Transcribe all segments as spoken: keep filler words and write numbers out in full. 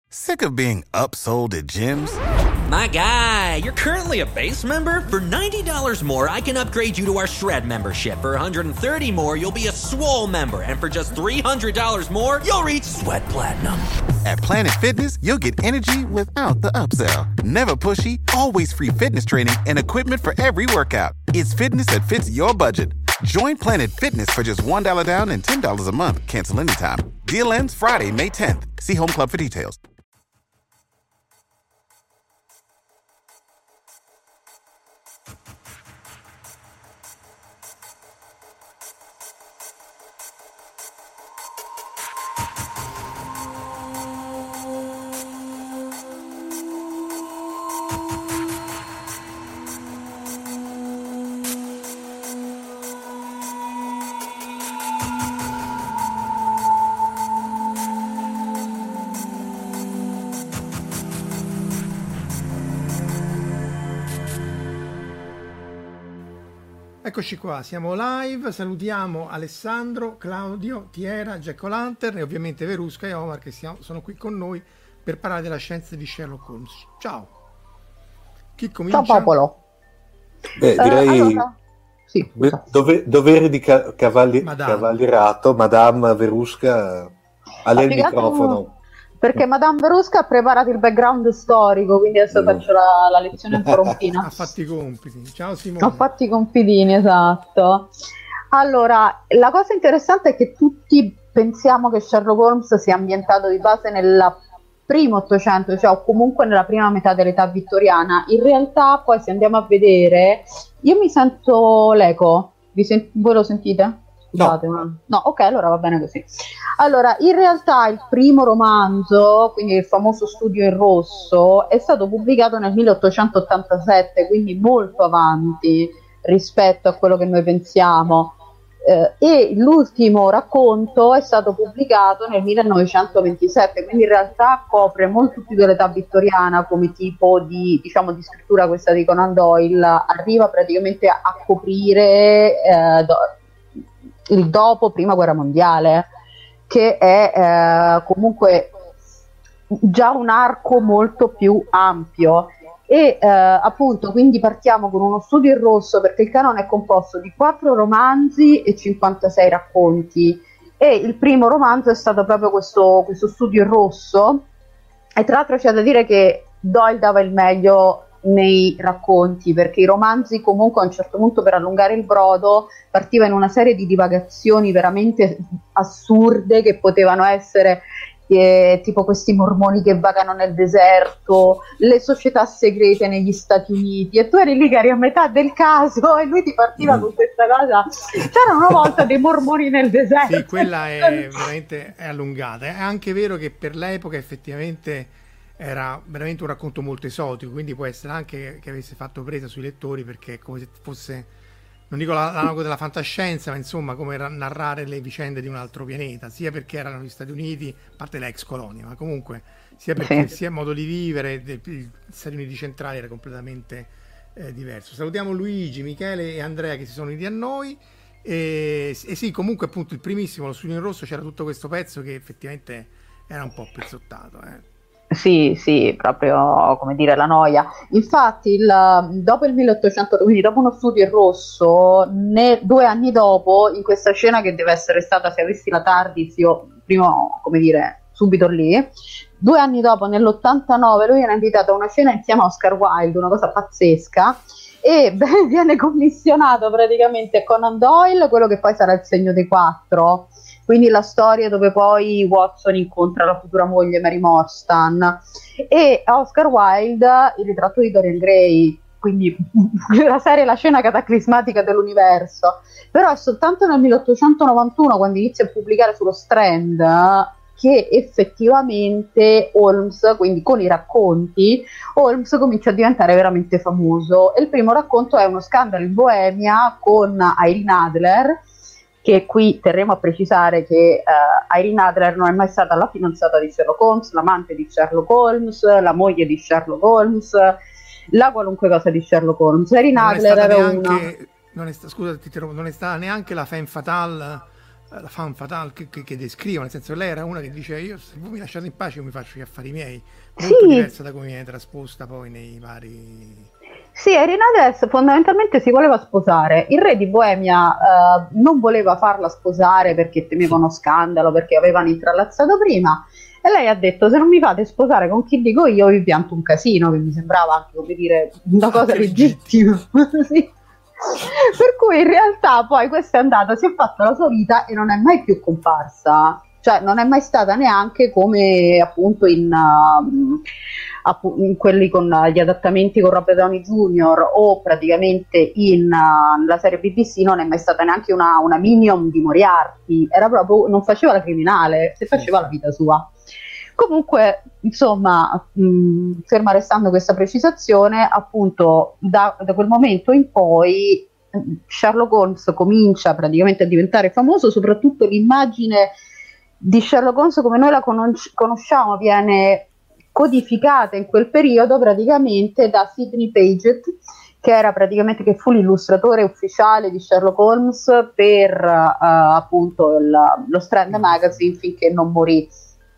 Sick of being upsold at gyms? My guy, you're currently a base member? For ninety dollars more, I can upgrade you to our Shred membership. For one hundred thirty dollars more, you'll be a Swole member. And for just three hundred dollars more, you'll reach Sweat Platinum. At Planet Fitness, you'll get energy without the upsell. Never pushy, always free fitness training and equipment for every workout. It's fitness that fits your budget. Join Planet Fitness for just one dollar down and ten dollars a month. Cancel anytime. Deal ends Friday, May tenth. See Home Club for details. Eccoci qua, siamo live, salutiamo Alessandro, Claudio, Tiera, Jack O'Lantern e ovviamente Verusca e Omar che siamo, sono qui con noi per parlare della scienza di Sherlock Holmes. Ciao! Chi comincia? Ciao popolo! Beh, direi uh, allora, sì, dove, dovere di ca- cavalli- Madame. cavalierato, Madame Verusca, a lei il microfono. Perché Madame Verusca ha preparato il background storico, quindi adesso mm. faccio la, la lezione un po' rompina. Ha fatto i compiti. Ciao Simone. Ho fatto i compitini, esatto. Allora, la cosa interessante è che tutti pensiamo che Sherlock Holmes sia ambientato di base nel primo Ottocento, cioè o comunque nella prima metà dell'età vittoriana. In realtà, poi se andiamo a vedere, io mi sento l'eco. Vi sen- voi lo sentite? Scusate, no. Ma... no, ok, allora va bene così. Allora, in realtà il primo romanzo, quindi il famoso Studio in Rosso, è stato pubblicato nel milleottocentottantasette, quindi molto avanti rispetto a quello che noi pensiamo. Eh, e l'ultimo racconto è stato pubblicato nel millenovecentoventisette, quindi in realtà copre molto più dell'età vittoriana come tipo di, diciamo, di scrittura. Questa di Conan Doyle arriva praticamente a coprire eh, do, il dopo prima guerra mondiale, che è eh, comunque già un arco molto più ampio. E eh, appunto quindi partiamo con uno Studio in Rosso perché il canone è composto di quattro romanzi e cinquantasei racconti, e il primo romanzo è stato proprio questo, questo Studio in Rosso. E tra l'altro c'è da dire che Doyle dava il meglio nei racconti, perché i romanzi comunque a un certo punto, per allungare il brodo, partiva in una serie di divagazioni veramente assurde che potevano essere eh, tipo questi mormoni che vagano nel deserto, le società segrete negli Stati Uniti, e tu eri lì che eri a metà del caso e lui ti partiva mm. con questa cosa. C'erano una volta dei mormoni nel deserto. Sì, quella è veramente è allungata. È anche vero che per l'epoca effettivamente era veramente un racconto molto esotico, quindi può essere anche che avesse fatto presa sui lettori, perché è come se fosse, non dico l'analogo della fantascienza, ma insomma come narrare le vicende di un altro pianeta, sia perché erano gli Stati Uniti, a parte l'ex colonia, ma comunque sia perché sia il modo di vivere degli Stati Uniti centrali era completamente eh, diverso. Salutiamo Luigi, Michele e Andrea che si sono uniti a noi. E, e sì, comunque appunto il primissimo, lo Studio in Rosso, c'era tutto questo pezzo che effettivamente era un po' pezzottato, eh. Sì, sì, proprio come dire la noia. Infatti il, dopo il milleottocento, quindi dopo uno Studio in Rosso, ne, due anni dopo, in questa scena che deve essere stata, se avessi la TARDIS, io prima, come dire, subito lì, due anni dopo, nell'ottantanove, lui viene invitato a una cena insieme a Oscar Wilde, una cosa pazzesca, e beh, viene commissionato praticamente Conan Doyle, quello che poi sarà Il Segno dei Quattro, quindi la storia dove poi Watson incontra la futura moglie Mary Morstan, e Oscar Wilde Il ritratto di Dorian Gray, quindi la serie La scena cataclismatica dell'universo. Però è soltanto nel milleottocentonovantuno, quando inizia a pubblicare sullo Strand, che effettivamente Holmes, quindi con i racconti, Holmes comincia a diventare veramente famoso. E il primo racconto è Uno scandalo in Boemia con Irene Adler, che qui terremo a precisare che uh, Irene Adler non è mai stata la fidanzata di Sherlock Holmes, l'amante di Sherlock Holmes, la moglie di Sherlock Holmes, la qualunque cosa di Sherlock Holmes. Irene Adler era neanche, una... Non è sta, scusa, ti interrompo, non è stata neanche la femme fatale la femme fatale che, che, che descrivo, nel senso che lei era una che diceva io se voi mi lasciate in pace io mi faccio gli affari miei, molto sì. diversa da come viene trasposta poi nei vari... Sì, Erinades fondamentalmente si voleva sposare, il re di Boemia eh, non voleva farla sposare perché temeva uno scandalo, perché avevano intrallazzato prima, e lei ha detto se non mi fate sposare con chi dico io vi pianto un casino, che mi sembrava anche, come dire, una cosa legittima. Sì. Per cui in realtà poi questa è andata, si è fatta la sua vita e non è mai più comparsa, cioè non è mai stata neanche come appunto in, uh, appu- in quelli con gli adattamenti con Robert Downey junior o praticamente in uh, la serie B B C, non è mai stata neanche una, una minion di Moriarty, era proprio, non faceva la criminale, se faceva la vita sua. Comunque, insomma, mh, ferma restando questa precisazione, appunto, da, da quel momento in poi Sherlock Holmes comincia praticamente a diventare famoso, soprattutto l'immagine di Sherlock Holmes come noi la conos- conosciamo viene codificata in quel periodo praticamente da Sidney Paget, che era praticamente, che fu l'illustratore ufficiale di Sherlock Holmes per uh, appunto il, lo Strand Magazine finché non morì.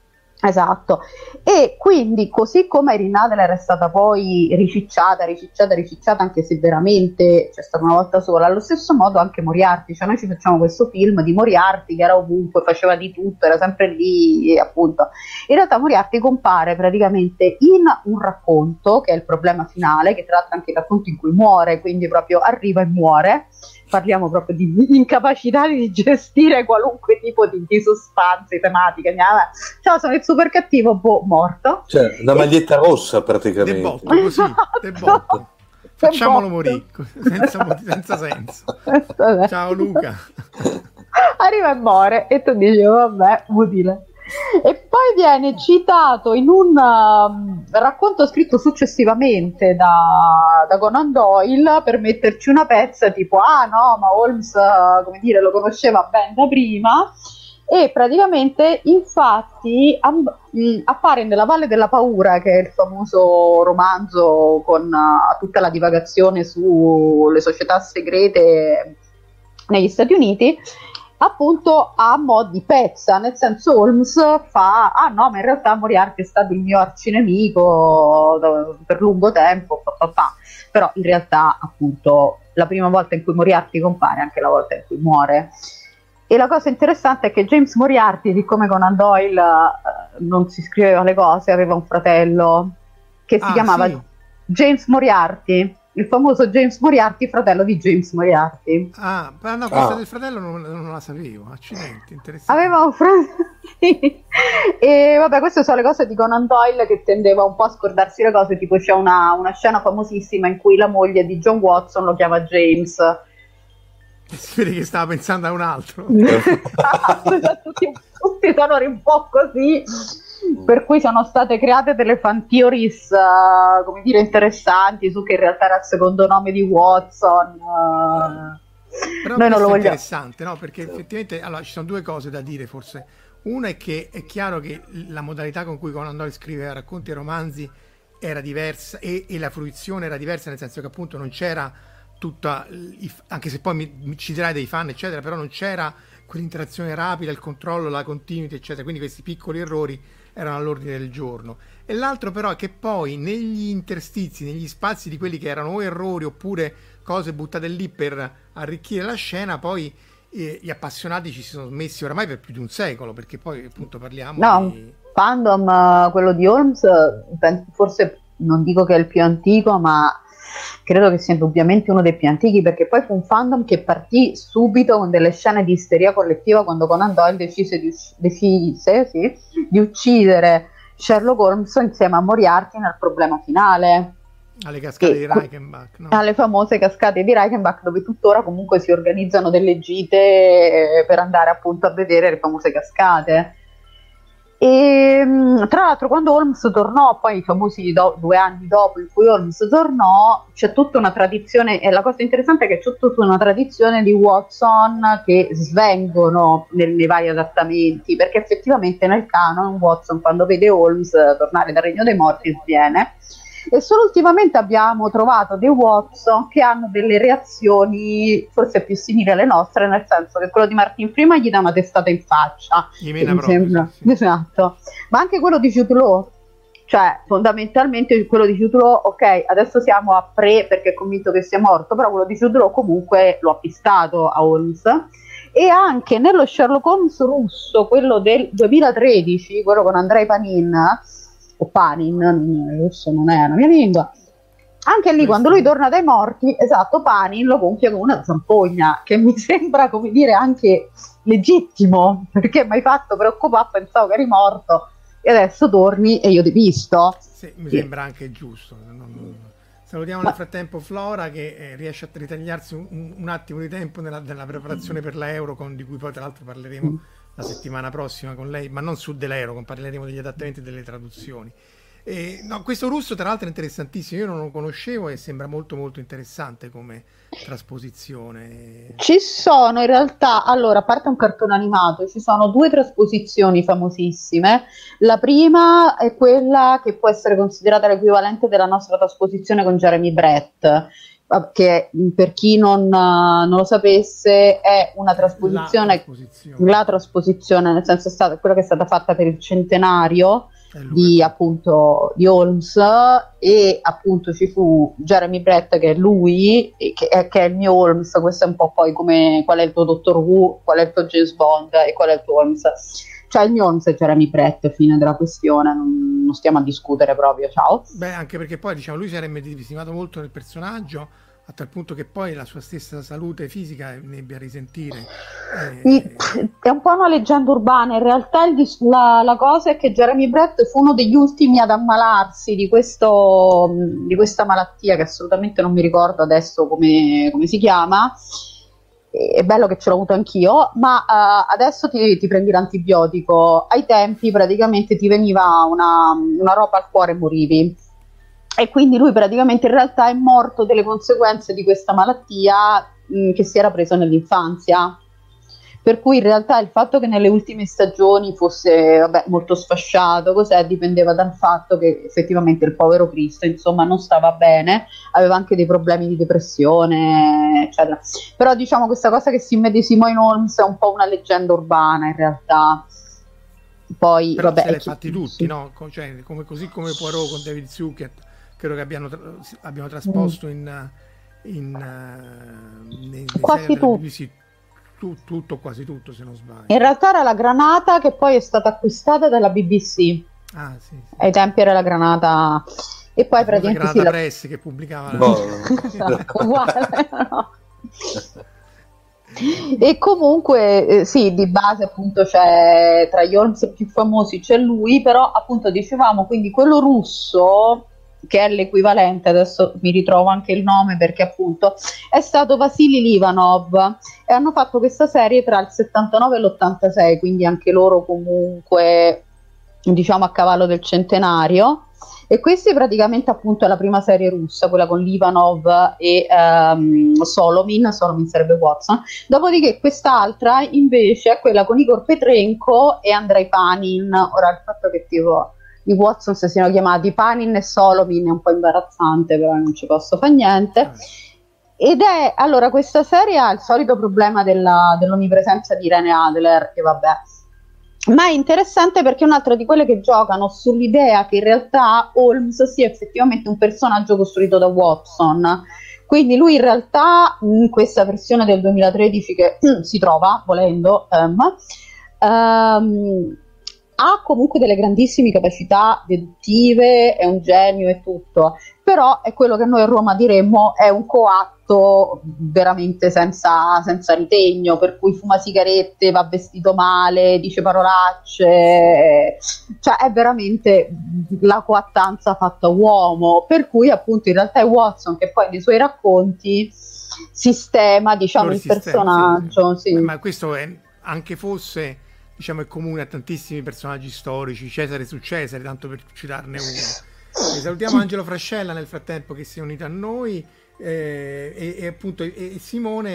Esatto, e quindi così come Irene Adler è stata poi ricicciata, ricicciata, ricicciata, anche se veramente c'è stata una volta sola, allo stesso modo anche Moriarty, cioè noi ci facciamo questo film di Moriarty che era ovunque, faceva di tutto, era sempre lì, e appunto in realtà Moriarty compare praticamente in un racconto che è il problema finale, che tratta anche il racconto in cui muore, quindi proprio arriva e muore. Parliamo proprio di, di incapacità di gestire qualunque tipo di, di sostanze tematiche. Ciao, sono il super cattivo, boh, morto. Cioè, una maglietta e... rossa praticamente. De botto, così, de botto. Facciamolo morire, senza, senza senso. Ciao Luca. Arriva e muore e tu dici, vabbè, utile. E poi viene citato in un uh, racconto scritto successivamente da, da Conan Doyle per metterci una pezza tipo ah no ma Holmes uh, come dire lo conosceva ben da prima, e praticamente infatti amb- mh, appare nella Valle della Paura, che è il famoso romanzo con uh, tutta la divagazione sulle società segrete negli Stati Uniti, appunto a mo' di pezza, nel senso Holmes fa ah no ma in realtà Moriarty è stato il mio arcinemico per lungo tempo, pa, pa, pa. Però in realtà appunto la prima volta in cui Moriarty compare è anche la volta in cui muore. E la cosa interessante è che James Moriarty, siccome Conan Doyle eh, non si scriveva le cose, aveva un fratello che si ah, chiamava sì. James Moriarty, il famoso James Moriarty, fratello di James Moriarty. Ah, ma no, questa ah. del fratello non, non la sapevo, accidenti, interessante. Aveva un fratello, sì. E vabbè, queste sono le cose di Conan Doyle, che tendeva un po' a scordarsi le cose, tipo c'è una, una scena famosissima in cui la moglie di John Watson lo chiama James. Si vede che stava pensando a un altro. tutti, tutti sono un po' così, per cui sono state create delle fan theories uh, come dire interessanti su che in realtà era il secondo nome di Watson. Uh, Però noi non lo è vogliamo. Interessante, no? Perché effettivamente allora, ci sono due cose da dire forse. Una è che è chiaro che la modalità con cui Conan Doyle scriveva racconti e romanzi era diversa e, e la fruizione era diversa, nel senso che appunto non c'era tutta, anche se poi mi, mi ci dirai dei fan eccetera, però non c'era quell'interazione rapida, il controllo, la continuity eccetera, quindi questi piccoli errori erano all'ordine del giorno. E l'altro però è che poi negli interstizi, negli spazi di quelli che erano o errori oppure cose buttate lì per arricchire la scena, poi eh, gli appassionati ci si sono messi oramai per più di un secolo, perché poi appunto parliamo no, di... fandom, uh, quello di Holmes, forse non dico che è il più antico, ma credo che sia indubbiamente uno dei più antichi, perché poi fu un fandom che partì subito con delle scene di isteria collettiva quando Conan Doyle decise di, ucc- decise, sì, di uccidere Sherlock Holmes insieme a Moriarty nel problema finale. Alle cascate e, di Reichenbach, no? Alle famose cascate di Reichenbach, dove tuttora comunque si organizzano delle gite per andare appunto a vedere le famose cascate. E tra l'altro quando Holmes tornò, poi i famosi do- due anni dopo in cui Holmes tornò, c'è tutta una tradizione, e la cosa interessante è che c'è tutta una tradizione di Watson che svengono nel, nei vari adattamenti, perché effettivamente nel canon Watson quando vede Holmes tornare dal Regno dei Morti sviene, E solo ultimamente abbiamo trovato dei Watson che hanno delle reazioni forse più simili alle nostre, nel senso che quello di Martin Freeman gli dà una testata in faccia, gli mena mi proprio, sembra, sì, sì. esatto, ma anche quello di Jude Law, cioè fondamentalmente quello di Jude Law, ok, adesso siamo a pre perché è convinto che sia morto, però quello di Jude Law comunque lo ha pistato a Holmes. E anche nello Sherlock Holmes russo, quello del duemilatredici, quello con Andrei Panin, o Panin, il russo non è la mia lingua, anche lì quando lui torna dai morti, esatto, Panin lo gonfia con una zampogna, che mi sembra, come dire, anche legittimo, perché mi hai fatto preoccupare, pensavo che eri morto e adesso torni e io ti visto. Sì, mi sì. sembra anche giusto. Non... Salutiamo nel frattempo Flora che eh, riesce a ritagliarsi un, un attimo di tempo nella, nella preparazione per l'Eurocon, di cui poi tra l'altro parleremo la settimana prossima con lei, ma non su dell'Eurocon, parleremo degli adattamenti e delle traduzioni. E, no, questo russo tra l'altro è interessantissimo, io non lo conoscevo e sembra molto molto interessante come trasposizione. Ci sono in realtà, allora, a parte un cartone animato, ci sono due trasposizioni famosissime. La prima è quella che può essere considerata l'equivalente della nostra trasposizione con Jeremy Brett, che per chi non, non lo sapesse è una trasposizione, la trasposizione, la trasposizione nel senso è stata quella che è stata fatta per il centenario di appunto di Holmes, e appunto ci fu Jeremy Brett che è lui che è, che è il mio Holmes. Questo è un po' poi come qual è il tuo Doctor Who, qual è il tuo James Bond e qual è il tuo Holmes. Cioè il mio Holmes è Jeremy Brett, fine della questione, non, non stiamo a discutere proprio, ciao. Beh, anche perché poi diciamo lui si era immedesimato molto nel personaggio, a tal punto che poi la sua stessa salute fisica ne ebbe a risentire. E... È un po' una leggenda urbana, in realtà il, la, la cosa è che Jeremy Brett fu uno degli ultimi ad ammalarsi di, questo, di questa malattia che assolutamente non mi ricordo adesso come, come si chiama. È bello che ce l'ho avuto anch'io, ma uh, adesso ti, ti prendi l'antibiotico. Ai tempi praticamente ti veniva una, una roba al cuore e morivi. E quindi lui praticamente in realtà è morto delle conseguenze di questa malattia mh, che si era presa nell'infanzia, per cui in realtà il fatto che nelle ultime stagioni fosse vabbè, molto sfasciato cos'è, dipendeva dal fatto che effettivamente il povero Cristo insomma non stava bene, aveva anche dei problemi di depressione eccetera. Però diciamo questa cosa che si immedesimò in Holmes è un po' una leggenda urbana in realtà. Poi però vabbè, se l'hai fatti tutti, sì. No? Cioè, come, così come Poirot con David Suchet, credo che abbiano, abbiano trasposto mm. in, in uh, nei, nei quasi tutto. Tu, tutto quasi tutto se non sbaglio. In realtà era la Granata che poi è stata acquistata dalla B B C. Ah, sì, sì. Ai tempi era la Granata e poi la praticamente Granata sì, la Press che pubblicava no. la... esatto, uguale, no. E comunque eh, sì, di base appunto c'è tra gli Holmes più famosi c'è lui, però appunto dicevamo quindi quello russo che è l'equivalente, adesso mi ritrovo anche il nome perché appunto è stato Vasily Livanov, e hanno fatto questa serie tra il settantanove e l'ottantasei, quindi anche loro comunque diciamo a cavallo del centenario. E questa è praticamente appunto la prima serie russa, quella con Livanov e um, Solomin, Solomin sarebbe Watson. Dopodiché quest'altra invece è quella con Igor Petrenko e Andrei Panin. Ora il fatto che tipo i Watson si siano chiamati Panin e Solomin è un po' imbarazzante, però non ci posso fare niente. Ed è, allora, questa serie ha il solito problema della, dell'onnipresenza di Irene Adler, che vabbè, ma è interessante perché è un'altra di quelle che giocano sull'idea che in realtà Holmes sia effettivamente un personaggio costruito da Watson. Quindi lui in realtà in questa versione del duemilatredici che mm, si trova volendo um, um, ha comunque delle grandissime capacità deduttive, è un genio e tutto, però è quello che noi a Roma diremmo è un coatto veramente senza, senza ritegno, per cui fuma sigarette, va vestito male, dice parolacce, cioè è veramente la coattanza fatta uomo, per cui appunto in realtà è Watson che poi nei suoi racconti sistema diciamo il personaggio. Sì, sì. Sì. Ma questo è, anche fosse diciamo è comune a tantissimi personaggi storici, Cesare su Cesare, tanto per citarne uno. E salutiamo Angelo Frascella nel frattempo che si è unito a noi, eh, e, e appunto e, e Simone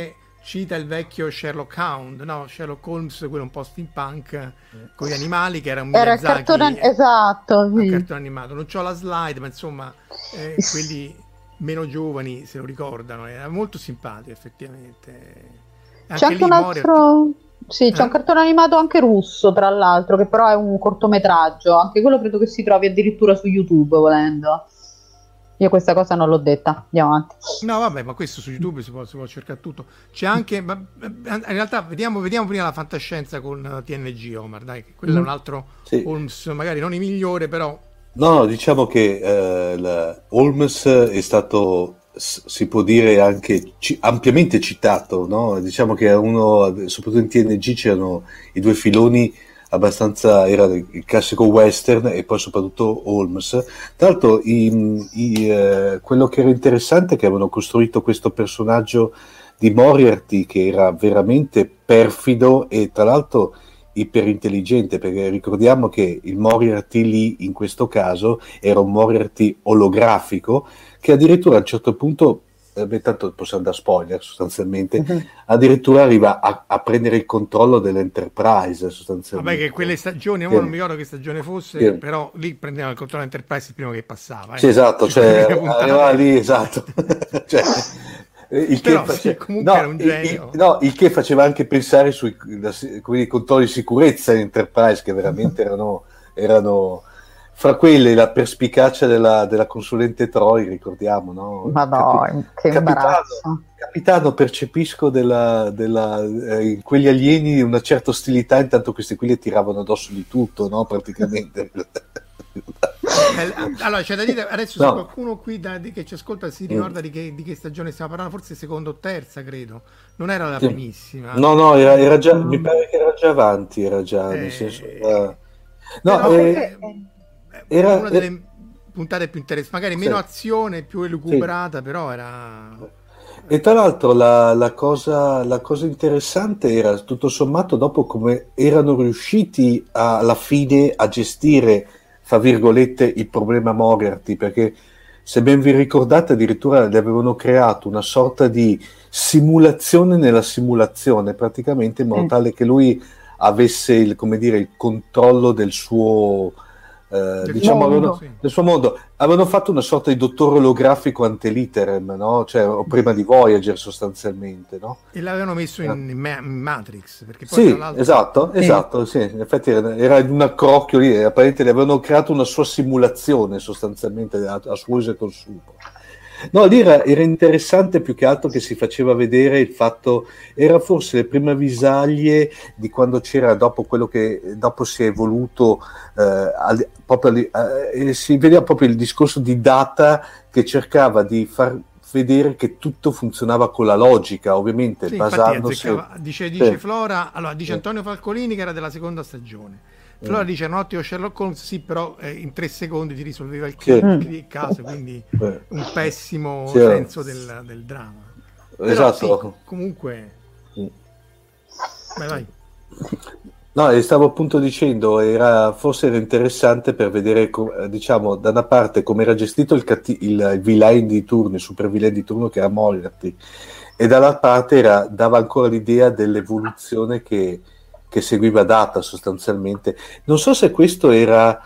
cita il vecchio Sherlock Hound, no? Sherlock Holmes, quello un po' steampunk, con gli animali, che era un Era il Miyazaki, cartone, esatto, sì. un cartone animato. Non c'ho la slide, ma insomma, eh, quelli meno giovani se lo ricordano. Era molto simpatico, effettivamente. Anche C'è anche un altro... Sì, c'è eh? un cartone animato anche russo, tra l'altro, che però è un cortometraggio. Anche quello credo che si trovi addirittura su YouTube, volendo. Io questa cosa non l'ho detta, andiamo avanti. No, vabbè, ma questo su YouTube si può, si può cercare tutto. C'è anche, ma, in realtà, vediamo, vediamo prima la fantascienza con T N G, Omar, dai, che quello mm. è un altro sì. Holmes, magari non il migliore, però... No, no, diciamo che eh, la Holmes è stato, si può dire, anche ci, ampiamente citato, no? Diciamo che uno, soprattutto in T N G c'erano i due filoni abbastanza, era il classico western e poi soprattutto Holmes. Tra l'altro i, i, eh, quello che era interessante è che avevano costruito questo personaggio di Moriarty che era veramente perfido e tra l'altro iperintelligente, perché ricordiamo che il Moriarty lì in questo caso era un Moriarty olografico che addirittura a un certo punto, eh, tanto possiamo dare spoiler sostanzialmente, uh-huh. addirittura arriva a, a prendere il controllo dell'Enterprise sostanzialmente. Vabbè, che quelle stagioni, io non mi ricordo che stagione fosse, yeah. però lì prendeva il controllo dell'Enterprise il primo che passava. Eh. Sì, esatto, cioè, arrivava lì, esatto. cioè, il che però, face... sì, comunque no, era un genio. Il, no, il che faceva anche pensare sui i controlli di sicurezza in Enterprise, che veramente erano, erano fra quelle la perspicacia della, della consulente Troy, ricordiamo, no? Ma no, Capi... che imbarazzo. Capitano, capitano percepisco della, della, eh, in quegli alieni una certa ostilità, intanto questi qui le tiravano addosso di tutto, no? Praticamente. Allora c'è da dire adesso no. se qualcuno qui da, di, che ci ascolta si ricorda mm. di, che, di che stagione stiamo parlando, forse seconda o terza credo, non era la sì. primissima. No, no, era, era già, mm. mi pare che era già avanti, era già eh, nel senso uh... no, però, eh, era una delle eh, puntate più interessanti, magari meno sì. azione, più elucubrata, sì. però era. E tra l'altro la, la, cosa, la cosa interessante era tutto sommato dopo come erano riusciti a, alla fine a gestire, fra virgolette, il problema Moriarty, perché se ben vi ricordate addirittura le avevano creato una sorta di simulazione nella simulazione, praticamente in modo mm. tale che lui avesse il, come dire, il controllo del suo eh, del, diciamo, mondo, avevano, sì. del suo mondo. Avevano fatto una sorta di dottore olografico antelitterem, no? Cioè prima di Voyager sostanzialmente, no? E l'avevano messo in, in, Ma- in Matrix, perché poi sì, tra l'altro... esatto, esatto, sì, in effetti era, era in un accrocchio lì, apparentemente le avevano creato una sua simulazione sostanzialmente a, a suo uso e consumo. No, lì era, era interessante più che altro che si faceva vedere il fatto, era forse le prime avvisaglie di quando c'era dopo quello che dopo si è evoluto eh, al, proprio lì, eh, si vedeva proprio il discorso di Data che cercava di far vedere che tutto funzionava con la logica, ovviamente sì, basandosi infatti, dice, dice sì. Flora, allora dice sì. Antonio Falcolini che era della seconda stagione. Flora mm. dice un ottimo Sherlock Holmes, sì, però eh, in tre secondi ti risolveva il, sì. il caso, quindi sì. un pessimo sì. senso del, del dramma. Esatto. Però, sì, comunque mm. vai vai. No, e stavo appunto dicendo, era, forse era interessante per vedere, diciamo, da una parte come era gestito il, catti- il, il villain di turno, il super villain di turno che era Moriarty, e dall'altra parte era, dava ancora l'idea dell'evoluzione che, che seguiva Data sostanzialmente. Non so se questo era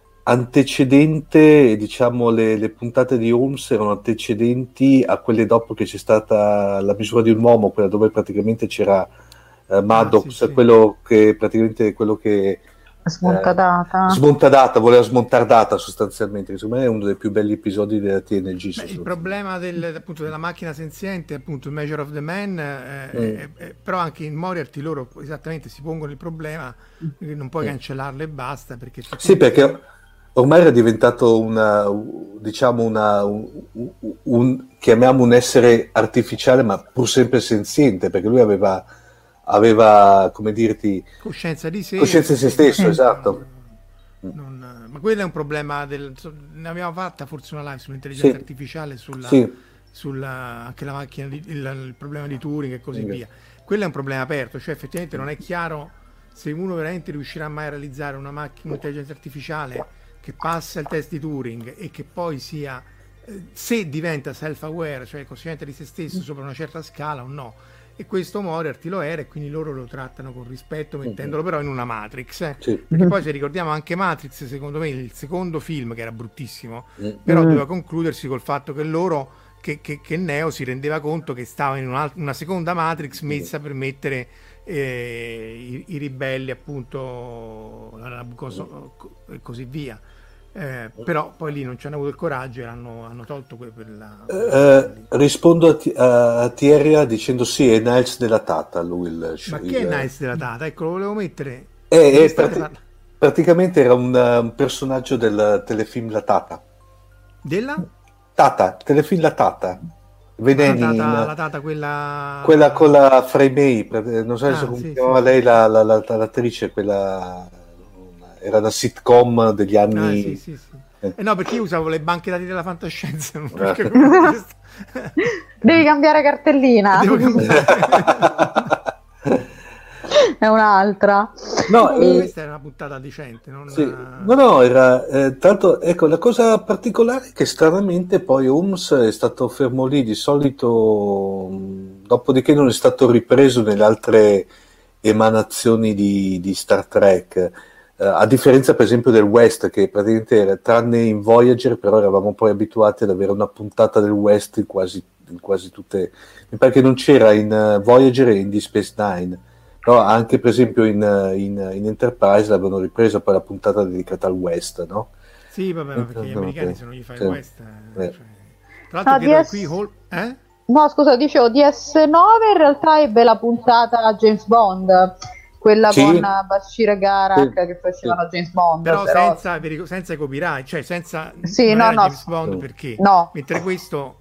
antecedente, diciamo, le, le puntate di Holmes erano antecedenti a quelle dopo che c'è stata La misura di un uomo, quella dove praticamente c'era Uh, Maddox, ah, sì, sì. quello che praticamente quello che smonta Data, eh, smonta Data, voleva smontare Data sostanzialmente, secondo me è uno dei più belli episodi della T N G. Beh, il problema del, appunto, della macchina senziente, appunto il Measure of the Man, eh, mm. eh, eh, però anche in Moriarty loro esattamente si pongono il problema che non puoi mm. cancellarlo e basta, perché sì, perché ormai era diventato una, diciamo una un, un, un chiamiamo un essere artificiale ma pur sempre senziente, perché lui aveva aveva, come dirti, coscienza di sé, coscienza di se stesso, non, esatto. Non, ma quello è un problema del, ne abbiamo fatta forse una live sull'intelligenza sì. artificiale, sulla, sì. sulla anche la macchina di, il, il problema di Turing e così sì. via. Quello è un problema aperto, cioè effettivamente non è chiaro se uno veramente riuscirà mai a realizzare una macchina, un'intelligenza artificiale che passa il test di Turing e che poi sia, se diventa self-aware, cioè cosciente di se stesso sopra una certa scala o no. e questo Moriarty lo era, e quindi loro lo trattano con rispetto, mettendolo però in una Matrix, eh. Sì. Perché poi, se ricordiamo, anche Matrix, secondo me, il secondo film, che era bruttissimo, Mm. però doveva concludersi col fatto che loro che, che, che Neo si rendeva conto che stava in una, una seconda Matrix messa per mettere eh, i, i ribelli, appunto, la Nabucodonosor e così via. Eh, però poi lì non ci hanno avuto il coraggio e hanno, hanno tolto que- quella, Eh, rispondo a, Ti- a Thierry dicendo sì, è Niles della Tata lui il, ma il- che è Niles della Tata? Ecco, lo volevo mettere. Eh, Perché eh, state prati- parla- praticamente era un, uh, un personaggio del telefilm La Tata. della Tata, telefilm La Tata. Veneni, la tata, in- la tata quella quella con la Frey May, pre- non so Ah, se come sì, si chiamava sì. lei, la, la- la- l'attrice, quella era una sitcom degli Ah, anni. sì, sì, sì. Eh, no, perché io usavo le banche dati della fantascienza, non perché Eh. Devi cambiare cartellina. devo cambiare. È un'altra. No, Eh, eh, questa era una puntata decente, non sì. No, no, era eh, tanto, ecco, la cosa particolare è che stranamente poi Holmes è stato fermo lì, di solito mh, dopodiché non è stato ripreso nelle altre emanazioni di, di Star Trek, eh, a differenza per esempio del West, che praticamente era, tranne in Voyager, però eravamo poi abituati ad avere una puntata del West in quasi, in quasi tutte, mi pare che non c'era in uh, Voyager e in Deep Space Nine. Però anche per esempio in, in, in Enterprise l'avevano ripresa poi la puntata dedicata al West, no? Sì, vabbè, ma perché gli americani se non gli fai il Sì. West, eh, Eh. cioè. Tra l'altro Ah, credo che D S qui Hall... eh? No, scusa, dicevo D S nove in realtà ebbe la puntata James Bond, quella Sì. con Bashir e Garak Sì. che facevano James Bond. Però, però- senza, vi ric- senza i copyright, cioè senza Sì, non no, era no. James Bond, perché No. mentre questo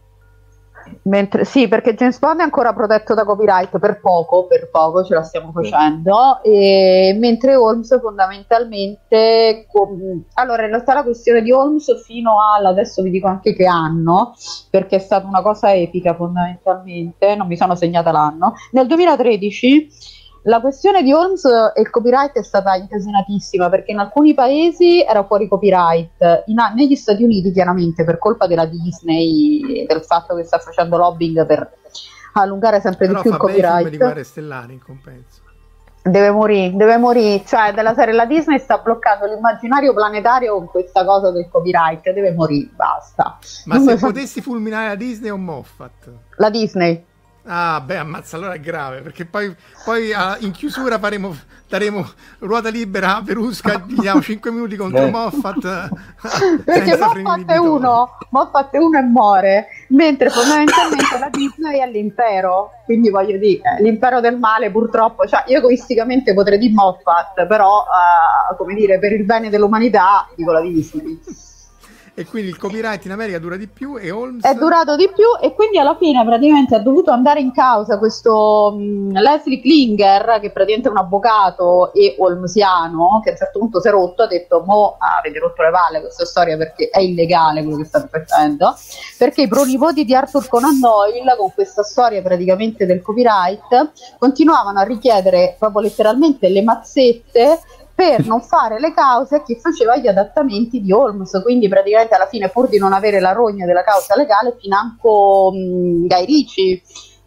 Mentre, sì, perché James Bond è ancora protetto da copyright per poco, per poco ce la stiamo facendo, e mentre Holmes fondamentalmente, com- allora in realtà la questione di Holmes fino alla, adesso vi dico anche che anno, perché è stata una cosa epica fondamentalmente, non mi sono segnata l'anno, nel duemilatredici la questione di Holmes e il copyright è stata incasinatissima perché in alcuni paesi era fuori copyright, in, negli Stati Uniti chiaramente per colpa della Disney, del fatto che sta facendo lobbying per allungare sempre però di più fa il bei film di copyright, Guerre Stellari in compenso. deve morire, deve morire, cioè della serie la Disney sta bloccando l'immaginario planetario con questa cosa del copyright, deve morire, basta. Ma Non se mi fa- potessi fulminare la Disney o Moffat? La Disney. Ah, beh, ammazza, allora è grave, perché poi, poi ah, in chiusura faremo, daremo ruota libera a Verusca, gli diamo cinque minuti contro Eh. Moffat. Perché senza freni Moffat è inibitori. uno, Moffat è uno e muore, mentre fondamentalmente la Disney è l'impero, quindi voglio dire, eh, l'impero del male purtroppo, cioè io egoisticamente potrei dire Moffat, però eh, come dire, per il bene dell'umanità dico la Disney. E quindi il copyright in America dura di più e Holmes... È durato di più e quindi alla fine praticamente ha dovuto andare in causa questo mh, Leslie Klinger, che praticamente è un avvocato e holmesiano, che a un certo punto si è rotto, ha detto mo avete rotto le palle questa storia perché è illegale quello che state facendo, perché i pronipoti di Arthur Conan Doyle con questa storia praticamente del copyright continuavano a richiedere proprio letteralmente le mazzette per non fare le cause a chi faceva gli adattamenti di Holmes, quindi praticamente alla fine, pur di non avere la rogna della causa legale, financo mh, Guy Ritchie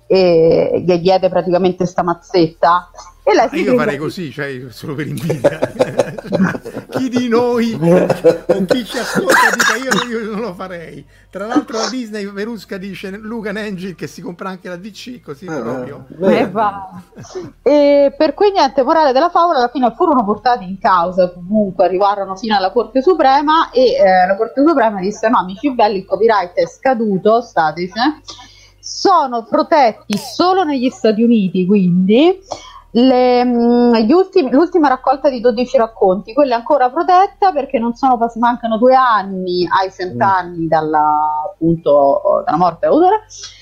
e gli diede praticamente sta mazzetta. E lei Ah, si io prese- farei così, cioè solo per invidia. Chi di noi o chi ci ascolta dica io, io non lo farei. Tra l'altro la Disney Verusca dice Luca Angel che si compra anche la D C, così Eh, proprio. beh, Eh, va. E per cui niente, morale della favola, alla fine furono portati in causa, comunque arrivarono fino alla Corte Suprema e eh, la Corte Suprema disse no amici belli, il copyright è scaduto, stateci, sono protetti solo negli Stati Uniti, quindi le, mh, gli ultimi, l'ultima raccolta di dodici racconti, quella è ancora protetta perché non sono pass- mancano due anni ai cent'anni dalla, appunto, dalla morte dell'autore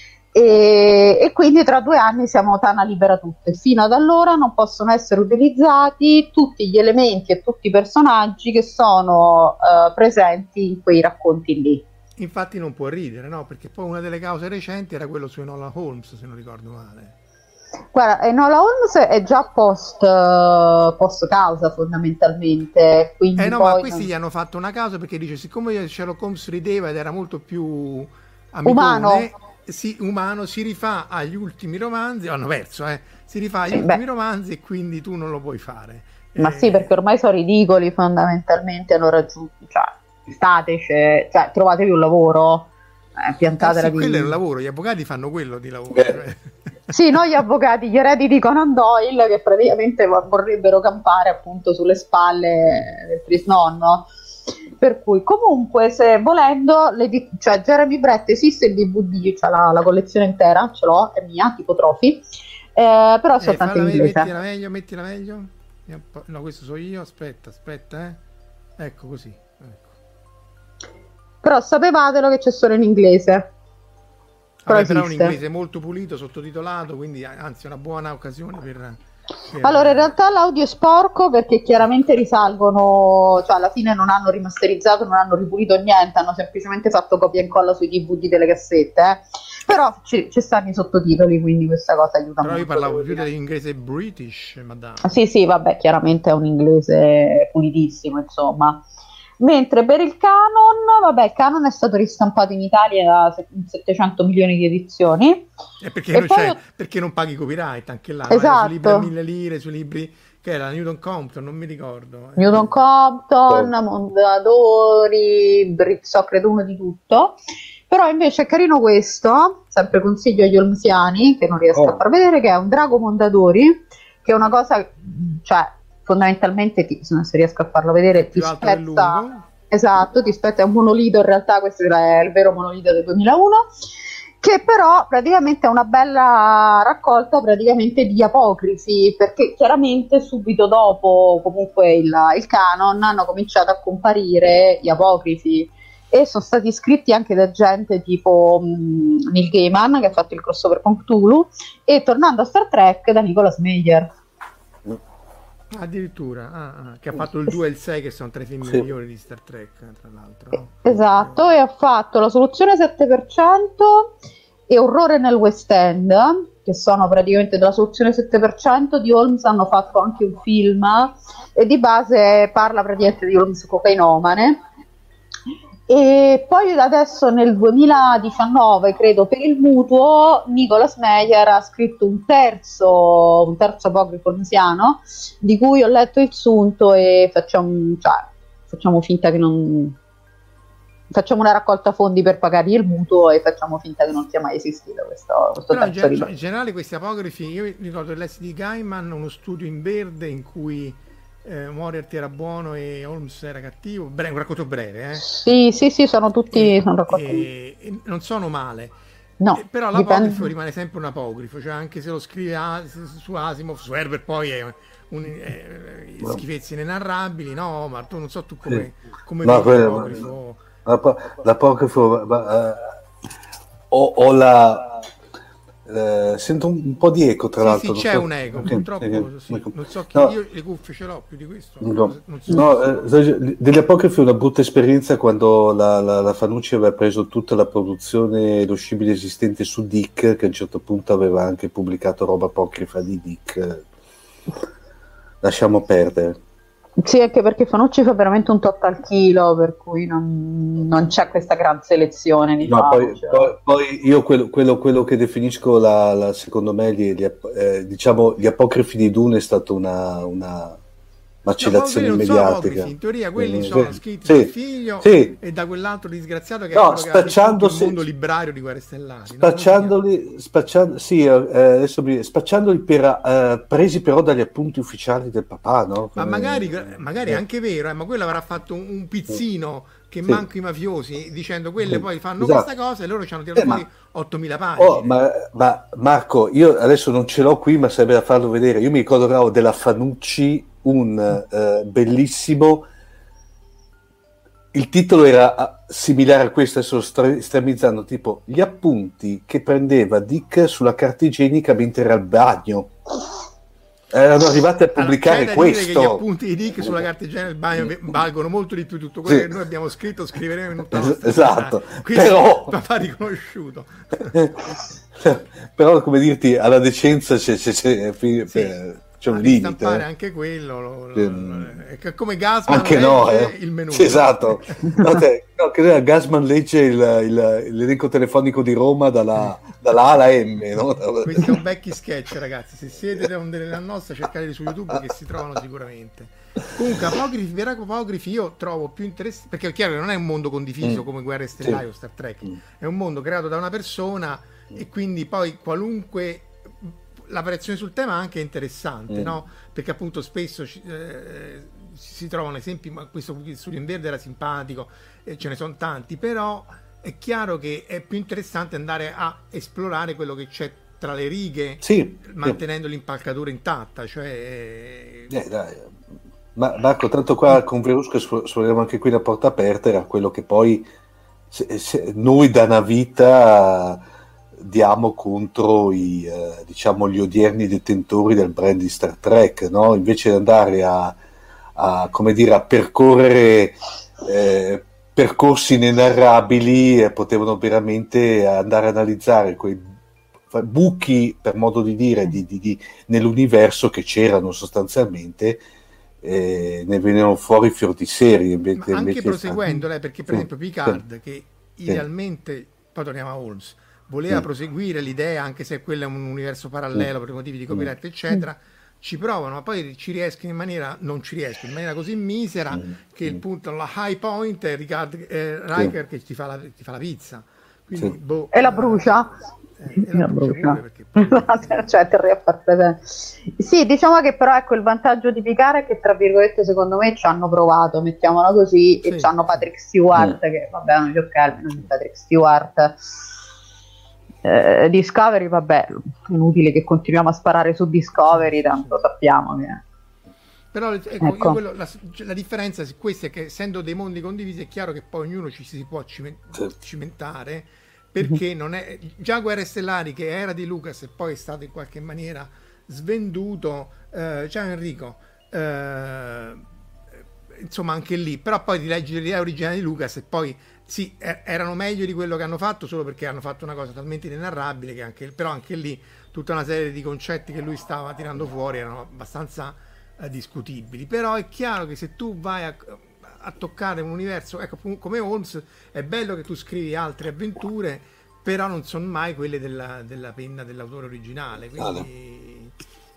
e, e quindi tra due anni siamo tana libera tutte. Fino ad allora non possono essere utilizzati tutti gli elementi e tutti i personaggi che sono eh, presenti in quei racconti lì. Infatti non può ridere, no? Perché poi una delle cause recenti era quello su Enola Holmes, se non ricordo male. Guarda, Enola Holmes è già post, eh, post causa fondamentalmente, quindi Eh no, poi ma questi non- gli hanno fatto una causa perché dice siccome Sherlock Holmes rideva ed era molto più amicone, Umano. si, umano si rifà agli ultimi romanzi, hanno perso, eh, si rifà agli Sì, ultimi beh. romanzi e quindi tu non lo puoi fare. Ma Eh, sì, perché ormai sono ridicoli fondamentalmente, hanno raggiunto, cioè, stateci, cioè, trovatevi un lavoro, eh, eh piantatela sì, di... quello è un lavoro, gli avvocati fanno quello di lavoro. Eh. cioè. Sì, noi gli avvocati, gli eredi di Conan Doyle, che praticamente vo- vorrebbero campare appunto sulle spalle del trisnonno. Per cui, comunque, se volendo, le di- cioè Jeremy Brett esiste il D V D, cioè la, la collezione intera, ce l'ho, è mia, tipo Trophy, eh, però è Eh, soltanto in falla, inglese. mettila meglio, mettila meglio. No, questo so io, aspetta, aspetta, eh. Ecco così. Ecco. Però sapevatelo che c'è solo in inglese. Però Vabbè, però è un esiste. inglese molto pulito, sottotitolato, quindi anzi è una buona occasione per... per- Allora, in realtà l'audio è sporco perché chiaramente risalgono, cioè alla fine non hanno rimasterizzato, non hanno ripulito niente, hanno semplicemente fatto copia e incolla sui D V D delle cassette, eh. Però ci, ci stanno i sottotitoli, quindi questa cosa aiuta Però molto. io parlavo devo più dire. dell'inglese British, madame. Ah, sì, sì, vabbè, chiaramente è un inglese pulitissimo, insomma. Mentre per il canon, vabbè, il canon è stato ristampato in Italia da settecento milioni di edizioni. E perché, E non poi c'è, ho- perché non paghi copyright anche là? no? Era Esatto. Sui libri a mille lire, sui libri che era Newton Compton, non mi ricordo. eh. Newton Compton, Mondadori, Brizzo, credo uno di tutto. Però invece è carino questo, sempre consiglio agli olmsiani, che non riesco Oh. a far vedere, che è un drago Mondadori, che è una cosa, cioè, fondamentalmente, ti- se riesco a farlo vedere, ti Più alto e lungo. spezza... Esatto, ti spezza, è un monolito, in realtà questo è il vero monolito del duemilauno, che però praticamente è una bella raccolta praticamente di apocrifi, perché chiaramente subito dopo comunque il, il canon hanno cominciato a comparire gli apocrifi e sono stati scritti anche da gente tipo mh, Neil Gaiman, che ha fatto il crossover con Cthulhu, e tornando a Star Trek da Nicholas Meyer. Addirittura, ah, ah, che ha fatto il due e il sei, che sono tra i film Sì. migliori di Star Trek, tra l'altro. no? Esatto, e ha fatto la soluzione sette per cento e Orrore nel West End, che sono praticamente della soluzione sette per cento di Holmes, hanno fatto anche un film e di base parla praticamente di Holmes cocainomane. E poi adesso nel duemiladiciannove, credo, per il mutuo, Nicholas Meyer ha scritto un terzo, un terzo apogrifo holmesiano, di cui ho letto il sunto e facciamo, cioè, facciamo finta che non... Facciamo una raccolta fondi per pagargli il mutuo e facciamo finta che non sia mai esistito questo, questo Però in, terzo gen- libro. in generale questi apocrifi, io ricordo lessi di Gaiman, uno studio in verde in cui eh, Moriarty era buono e Holmes era cattivo, Bre- un racconto breve, eh? Sì, sì, sì, sono tutti... e, sono raccolti. e- e non sono male. No, Eh, però dipende- l'apocrifo rimane sempre un apocrifo, cioè anche se lo scrive a- su Asimov, su Herbert poi è un, eh, schifezze inenarrabili, no, ma tu non so tu come, come No, vedi quello- l'apocrifo. L'apo- L'apocryfo, ma, eh, ho, ho la eh, sento un, un po' di eco, tra Sì, l'altro. sì, non c'è so- un eco, sì, purtroppo sì, sì. ecco. Non so chi, No. io le cuffie ce l'ho più di questo. No, non so. no, eh, degli apocrifi è una brutta esperienza quando la, la, la Fanucci aveva preso tutta la produzione lo scibile esistente su Dick, che a un certo punto aveva anche pubblicato roba apocrifa di Dick. Lasciamo perdere. Sì, anche perché Fanucci fa veramente un tot al chilo, per cui non, non c'è questa gran selezione, No, diciamo. poi, cioè. poi- poi io quello, quello- quello che definisco la, la- secondo me gli, gli ap- eh, diciamo gli apocrifi di Dune è stata una, una macellazione No, quelli non sono mediatica. apocrifi, in teoria quelli Eh, sono sì, scritti sì, dal figlio sì. e da quell'altro disgraziato che No, è quello che ha distrutto spacciandosi- il mondo librario di Guerre Stellari. no? Spacciandoli, spacciando, sì, eh, adesso mi- spacciandoli per, eh, presi però dagli appunti ufficiali del papà, no? Ma Come- magari, magari è eh. anche vero, eh, ma quello avrà fatto un, un pizzino che Sì. manco i mafiosi, dicendo quelle Sì. poi fanno Esatto. questa cosa e loro ci hanno tirato Eh, ma- fuori ottomila pagine. Oh, ma, ma Marco, io adesso non ce l'ho qui, ma sarebbe da farlo vedere. Io mi ricordo che avevo della Fanucci un eh, bellissimo. Il titolo era ah, similare a questo, adesso lo sto estremizzando, tipo gli appunti che prendeva Dick sulla carta igienica mentre era al bagno. Erano arrivati a pubblicare Allora, c'è da dire questo. che gli appunti di Dick sulla carteggiana del bagno ve- valgono molto di più di tutto quello Sì. che noi abbiamo scritto, scriveremo in tutta la Es- nostra esatto. vita. Quindi Però- va riconosciuto. Però come dirti, alla decenza c'è, c'è, c'è- Sì. eh, c'è un a limite. stampare eh. anche quello, lo, lo, Sì. lo, è come Gasman Anche legge no, eh. il menù. Sì, esatto. No, te, no, che Gasman legge il, il, l'elenco telefonico di Roma dalla, dalla A alla M. No? Questo è un vecchio sketch, ragazzi. Se siete della nostra, cercateli su YouTube che si trovano sicuramente. Comunque, apocrifi, veri apocrifi io trovo più interessante, perché è chiaro che non è un mondo condiviso mm. come Guerre Stellari sì. o Star Trek, mm. è un mondo creato da una persona mm. e quindi poi qualunque la variazione sul tema anche è interessante, mm. no? Perché appunto spesso eh, si trovano esempi, ma questo Studio in Verde era simpatico, eh, ce ne sono tanti, però è chiaro che è più interessante andare a esplorare quello che c'è tra le righe, sì, mantenendo sì. l'impalcatura intatta, cioè... Eh, dai. Ma Marco, tanto qua con Verusca suoniamo anche qui la porta aperta, era quello che poi se, se noi da una vita diamo contro i, eh, diciamo, gli odierni detentori del brand di Star Trek, no? Invece di andare a, a come dire, a percorrere eh, percorsi inenarrabili, eh, potevano veramente andare a analizzare quei buchi, per modo di dire, di, di, di, nell'universo che c'erano sostanzialmente. Eh, ne venivano fuori fior di serie invece, anche invece proseguendo lei, perché per sì, esempio Picard sì, che idealmente sì. poi torniamo a Holmes, voleva sì. proseguire l'idea, anche se quello è un universo parallelo sì. per motivi di copyright eccetera, ci provano ma poi ci riescono in maniera non ci riescono in maniera così misera sì. che il punto, la high point è Ricard, eh, Riker sì. che ti fa, la, ti fa la pizza. Quindi, sì. boh, e la brucia eh, e la brucia pure, poi... cioè terrei a far presente. Sì, diciamo che però ecco il vantaggio di Picard è che tra virgolette secondo me ci hanno provato, mettiamola così, sì. e ci hanno Patrick Stewart mm. che vabbè non c'è Kelvin, non c'è Patrick Stewart. eh, Discovery vabbè, inutile che continuiamo a sparare su Discovery, tanto sappiamo che però ecco, ecco. Io quello, la, la differenza su questo è che essendo dei mondi condivisi è chiaro che poi ognuno ci si può cimentare, perché non è già Guerre Stellari che era di Lucas e poi è stato in qualche maniera svenduto, eh, ciao Enrico, eh, insomma anche lì, però poi ti leggi le idee originali di Lucas e poi sì, er- erano meglio di quello che hanno fatto solo perché hanno fatto una cosa talmente inenarrabile che anche, però anche lì tutta una serie di concetti che lui stava tirando fuori erano abbastanza eh, discutibili, però è chiaro che se tu vai a a toccare un universo, ecco, come Holmes è bello che tu scrivi altre avventure, però non sono mai quelle della, della penna dell'autore originale, quindi...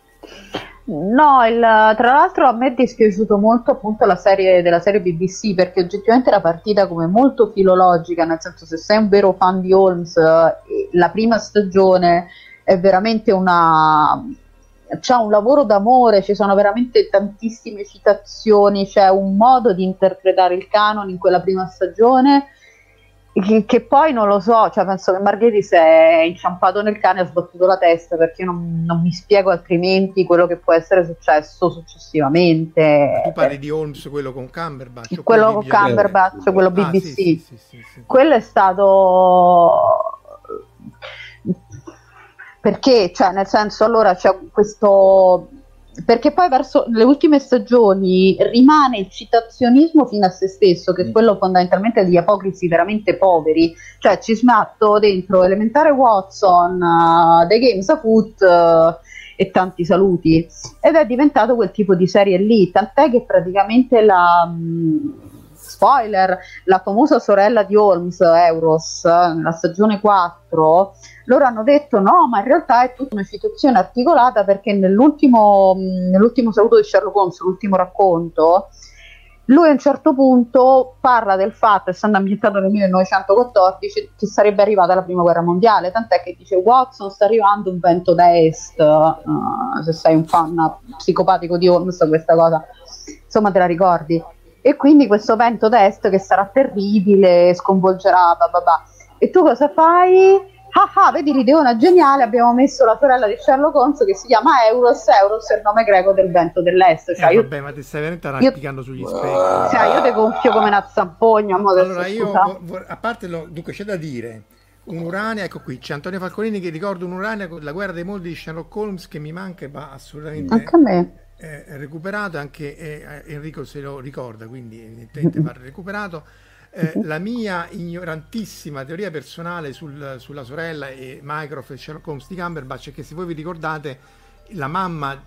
No, il, tra l'altro a me è dispiaciuto molto appunto la serie della serie B B C, perché oggettivamente era partita come molto filologica, nel senso, se sei un vero fan di Holmes, la prima stagione è veramente una... c'è un lavoro d'amore, ci sono veramente tantissime citazioni, c'è un modo di interpretare il canon in quella prima stagione che, che poi non lo so, cioè penso che Margheriti si è inciampato nel cane e ha sbattuto la testa, perché non, non mi spiego altrimenti quello che può essere successo successivamente. Tu parli di Holmes, quello con Cumberbatch? Quello con Cumberbatch, quello B B C. Ah, sì, sì, sì, sì, sì. Quello è stato... perché, cioè, nel senso, allora c'è questo... perché poi verso le ultime stagioni rimane il citazionismo fino a se stesso, che è quello fondamentalmente degli apocrifi veramente poveri, cioè ci smatto dentro Elementare Watson, uh, The Games Afoot uh, e tanti saluti, ed è diventato quel tipo di serie lì, tant'è che praticamente la... Mh, spoiler, la famosa sorella di Holmes, Euros, nella stagione quattro, loro hanno detto no, ma in realtà è tutta una citazione articolata, perché nell'ultimo, nell'ultimo saluto di Sherlock Holmes, l'ultimo racconto, lui a un certo punto parla del fatto, essendo ambientato nel millenovecentoquattordici, che sarebbe arrivata la prima guerra mondiale, tant'è che dice Watson sta arrivando un vento da est, uh, se sei un fan psicopatico di Holmes questa cosa insomma te la ricordi. E quindi questo vento d'est che sarà terribile, sconvolgerà, blah blah blah. E tu cosa fai? Ah ah, vedi l'ideona geniale, abbiamo messo la sorella di Sherlock Holmes che si chiama Euros, Euros è il nome greco del vento dell'est. Cioè, eh, io, vabbè, ma ti stai veramente arrampicando io, sugli specchi. Cioè, io te gonfio come una zampogna. Allora, io, vo- vo- a parte, lo, dunque c'è da dire, un'Urania, ecco qui, c'è Antonio Falcolini che ricorda un'Urania con la guerra dei moldi di Sherlock Holmes che mi manca e va assolutamente... Anche a me. Eh, recuperato, anche eh, Enrico se lo ricorda, quindi evidentemente va recuperato. Eh, la mia ignorantissima teoria personale sul, sulla sorella e Mycroft e Sherlock Holmes di Cumberbatch è che, se voi vi ricordate, la mamma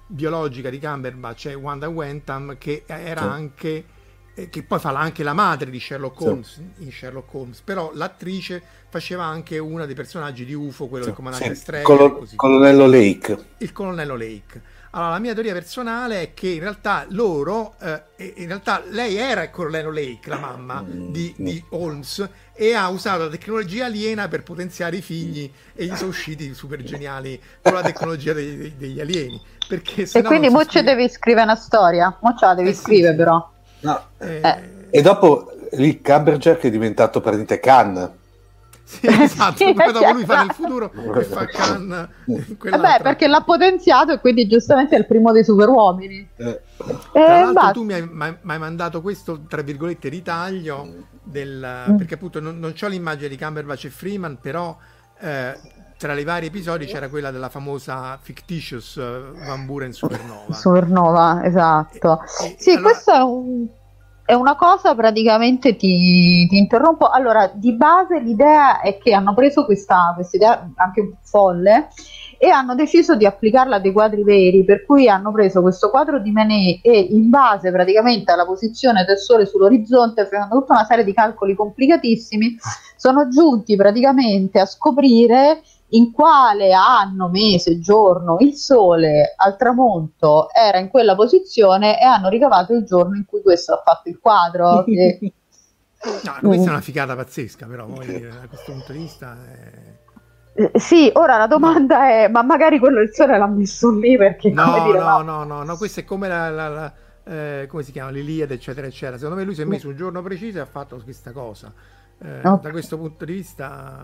biologica di Cumberbatch è Wanda Wentham, che era sì. anche eh, che poi fa anche la madre di Sherlock Holmes sì. in Sherlock Holmes, però l'attrice faceva anche uno dei personaggi di U F O, quello sì. del comandante sì. Streghe, Colo- così. Colonnello Lake. Il colonnello Lake. Allora, la mia teoria personale è che in realtà loro, eh, in realtà lei era il colonnello Lake, la mamma mm. di, di Holmes, e ha usato la tecnologia aliena per potenziare i figli, e gli sono usciti super geniali con la tecnologia dei, dei, degli alieni. Perché e quindi mo ci devi scrivere una storia, mo ce la devi eh, scrivere sì, però. No. Eh. Eh. E dopo lì Cumberbatch è diventato per niente Khan. Sì, esatto, sì, poi dopo lui fa nel futuro e fa Khan. Vabbè, perché l'ha potenziato e quindi giustamente è il primo dei superuomini. Eh. Tra l'altro tu mi hai, mi hai mandato questo, tra virgolette, ritaglio del, mm. perché appunto non, non c'ho l'immagine di Cumberbatch e Freeman, però eh, tra i vari episodi c'era quella della famosa fictitious uh, Van Buren Supernova. Supernova, esatto. E, e, sì, allora... questo è un... È una cosa, praticamente ti, ti interrompo. Allora, di base l'idea è che hanno preso questa idea anche un po' folle e hanno deciso di applicarla a dei quadri veri, per cui hanno preso questo quadro di Manet e in base praticamente alla posizione del sole sull'orizzonte, facendo tutta una serie di calcoli complicatissimi, sono giunti praticamente a scoprire in quale anno, mese, giorno il sole al tramonto era in quella posizione e hanno ricavato il giorno in cui questo ha fatto il quadro. Che... No, questa è una figata pazzesca, però voglio dire, da questo punto di vista è... eh, sì, ora la domanda no. è ma magari quello il sole l'ha messo lì perché no, come dire, no, no, no, no, no, questo è come la, la, la eh, come si chiama, l'Iliade eccetera eccetera, secondo me lui si è messo un giorno preciso e ha fatto questa cosa, eh, okay. Da questo punto di vista.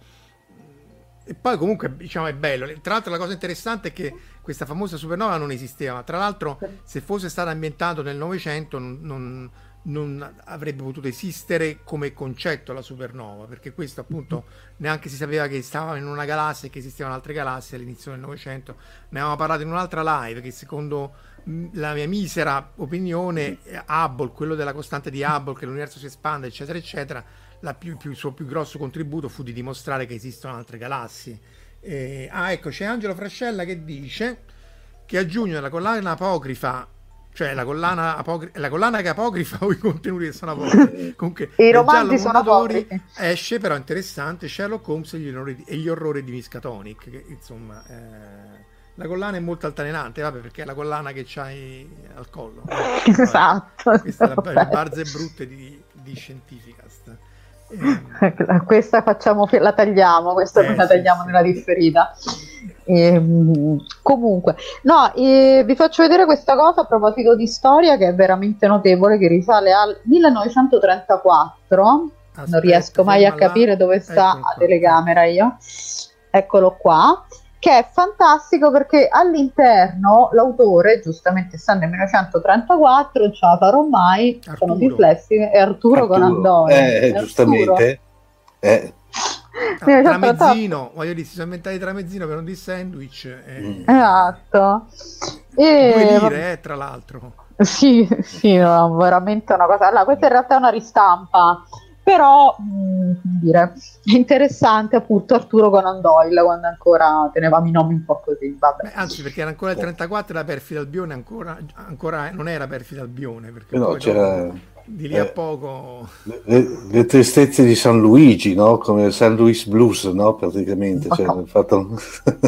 E poi comunque diciamo è bello. Tra l'altro la cosa interessante è che questa famosa supernova non esisteva, tra l'altro se fosse stato ambientato nel Novecento non, non, non avrebbe potuto esistere come concetto la supernova, perché questo appunto neanche si sapeva che stava in una galassia e che esistevano altre galassie all'inizio del Novecento. Ne avevamo parlato in un'altra live che secondo la mia misera opinione Hubble, quello della costante di Hubble, che l'universo si espande eccetera eccetera, La più, più, il suo più grosso contributo fu di dimostrare che esistono altre galassie. Eh, ah, ecco, c'è Angelo Frascella che dice che a giugno la collana apocrifa, cioè la collana, apocri- la collana che apocrifa o i contenuti che sono apocrifi, comunque i romanzi sono apocrifi, esce però interessante Sherlock Holmes e gli orrori di, e gli orrori di Miskatonic, che insomma eh, la collana è molto altalenante, vabbè, perché è la collana che c'hai al collo. Esatto. Questa è la, le barze brutte di, di Scientificast. Eh, questa facciamo, la tagliamo, questa eh, la tagliamo sì, nella differita. E, comunque, no, e vi faccio vedere questa cosa a proposito di storia che è veramente notevole, che risale al millenovecentotrentaquattro. Aspetta, non riesco mai a capire là. Dove sta la telecamera io. Eccolo qua. Che è fantastico perché all'interno l'autore, giustamente essendo nel millenovecentotrentaquattro, non ce la farò mai, Arturo. Sono dislessici, è Arturo, Arturo. Conan Doyle. Eh, giustamente. Eh. Ah, tramezzino, voglio dire, si sono inventati tramezzino per non di sandwich. Eh. Mm. Esatto. E... Due lire, eh, tra l'altro. Sì, sì, no, veramente una cosa. Allora, questa in realtà è una ristampa. Però mh, dire, è interessante appunto Arturo Conan Doyle quando ancora tenevamo i nomi un po' così, vabbè. Beh, anzi, perché era ancora il trentaquattro, era Perfida Albione, ancora, ancora non era Perfida Albione, perché no, poi c'era, dopo, di lì eh, a poco le, le tristezze di San Luigi, no? Come San Luis Blues, no? Praticamente cioè, oh. fatto...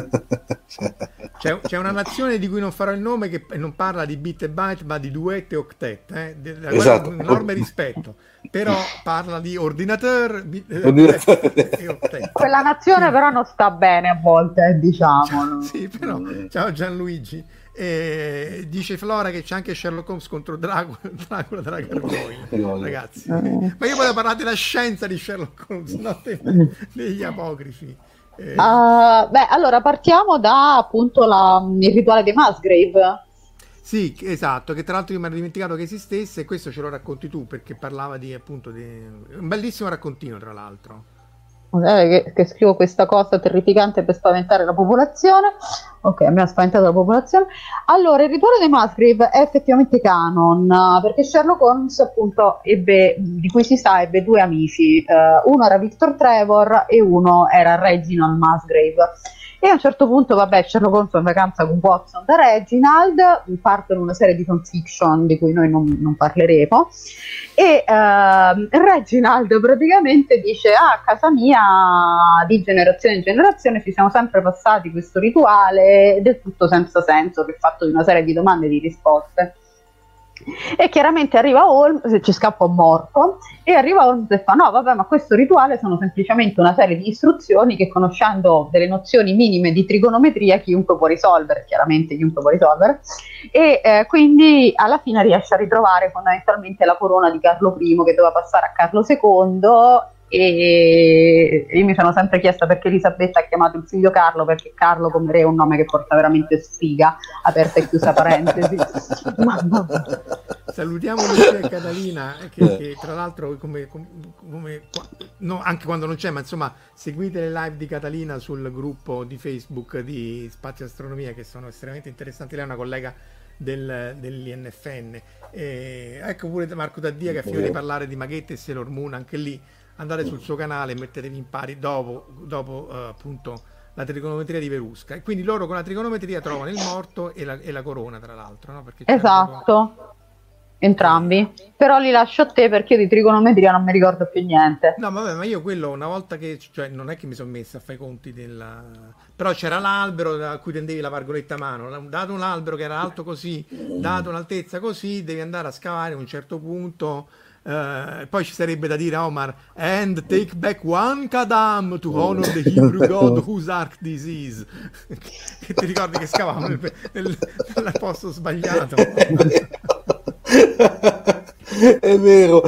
c'è, c'è una nazione di cui non farò il nome che non parla di bit e byte ma di duet e octet, eh? Esatto. Un enorme rispetto, però parla di ordinateur, ordinateur. E octet. Quella nazione però non sta bene a volte, diciamo. Sì, però ciao Gianluigi. E dice Flora che c'è anche Sherlock Holmes contro Dracula, Dracula della Gargoyle, ragazzi. Mm. Ma io voglio parlare della scienza di Sherlock Holmes, non degli apocrifi. Eh. Uh, beh, allora partiamo da appunto la, il rituale dei Musgrave. Sì, esatto, che tra l'altro io mi ero dimenticato che esistesse e questo ce lo racconti tu perché parlava di appunto di un bellissimo raccontino tra l'altro. Che, che scrivo questa cosa terrificante per spaventare la popolazione. Ok, mi ha spaventato la popolazione. Allora, il rituale dei Musgrave è effettivamente canon perché Sherlock Holmes appunto ebbe, di cui si sa, ebbe due amici, uh, uno era Victor Trevor e uno era Reginald Musgrave. E a un certo punto, vabbè, Sherlock Holmes in vacanza con Watson da Reginald, partono una serie di fanfiction di cui noi non, non parleremo, e uh, Reginald praticamente dice: ah, a casa mia di generazione in generazione ci siamo sempre passati questo rituale del tutto senza senso, che è fatto di una serie di domande e di risposte. E chiaramente arriva Holmes, ci scappa un morto, e arriva Holmes e fa: no vabbè, ma questo rituale sono semplicemente una serie di istruzioni che, conoscendo delle nozioni minime di trigonometria, chiunque può risolvere, chiaramente chiunque può risolvere, e eh, quindi alla fine riesce a ritrovare fondamentalmente la corona di Carlo primo che doveva passare a Carlo secondo. E io mi sono sempre chiesta perché Elisabetta ha chiamato il figlio Carlo, perché Carlo come re è un nome che porta veramente sfiga, aperta e chiusa parentesi. Salutiamo Lucia e Catalina che, che tra l'altro come, come, come no, anche quando non c'è, ma insomma seguite le live di Catalina sul gruppo di Facebook di Spazio Astronomia, che sono estremamente interessanti. Lei è una collega del, dell'I N F N. E ecco pure Marco Taddia che ha finito di parlare di Maghette e Sailor Moon. Anche lì andate sul suo canale e mettetevi in pari dopo, dopo uh, appunto la trigonometria di Verusca, e quindi loro con la trigonometria trovano il morto e la, e la corona, tra l'altro, no? Perché esatto, proprio... entrambi, però li lascio a te perché io di trigonometria non mi ricordo più niente. No vabbè, ma io quello una volta che, cioè non è che mi sono messo a fare i conti della... però c'era l'albero a cui tendevi la vargoletta a mano, dato un albero che era alto così, dato un'altezza così, devi andare a scavare a un certo punto. Uh, poi ci sarebbe da dire a Omar: and take back one Kadam to honor the Hebrew god whose ark this is. Che ti ricordi che scavavamo nel, nel, nel posto sbagliato. È vero.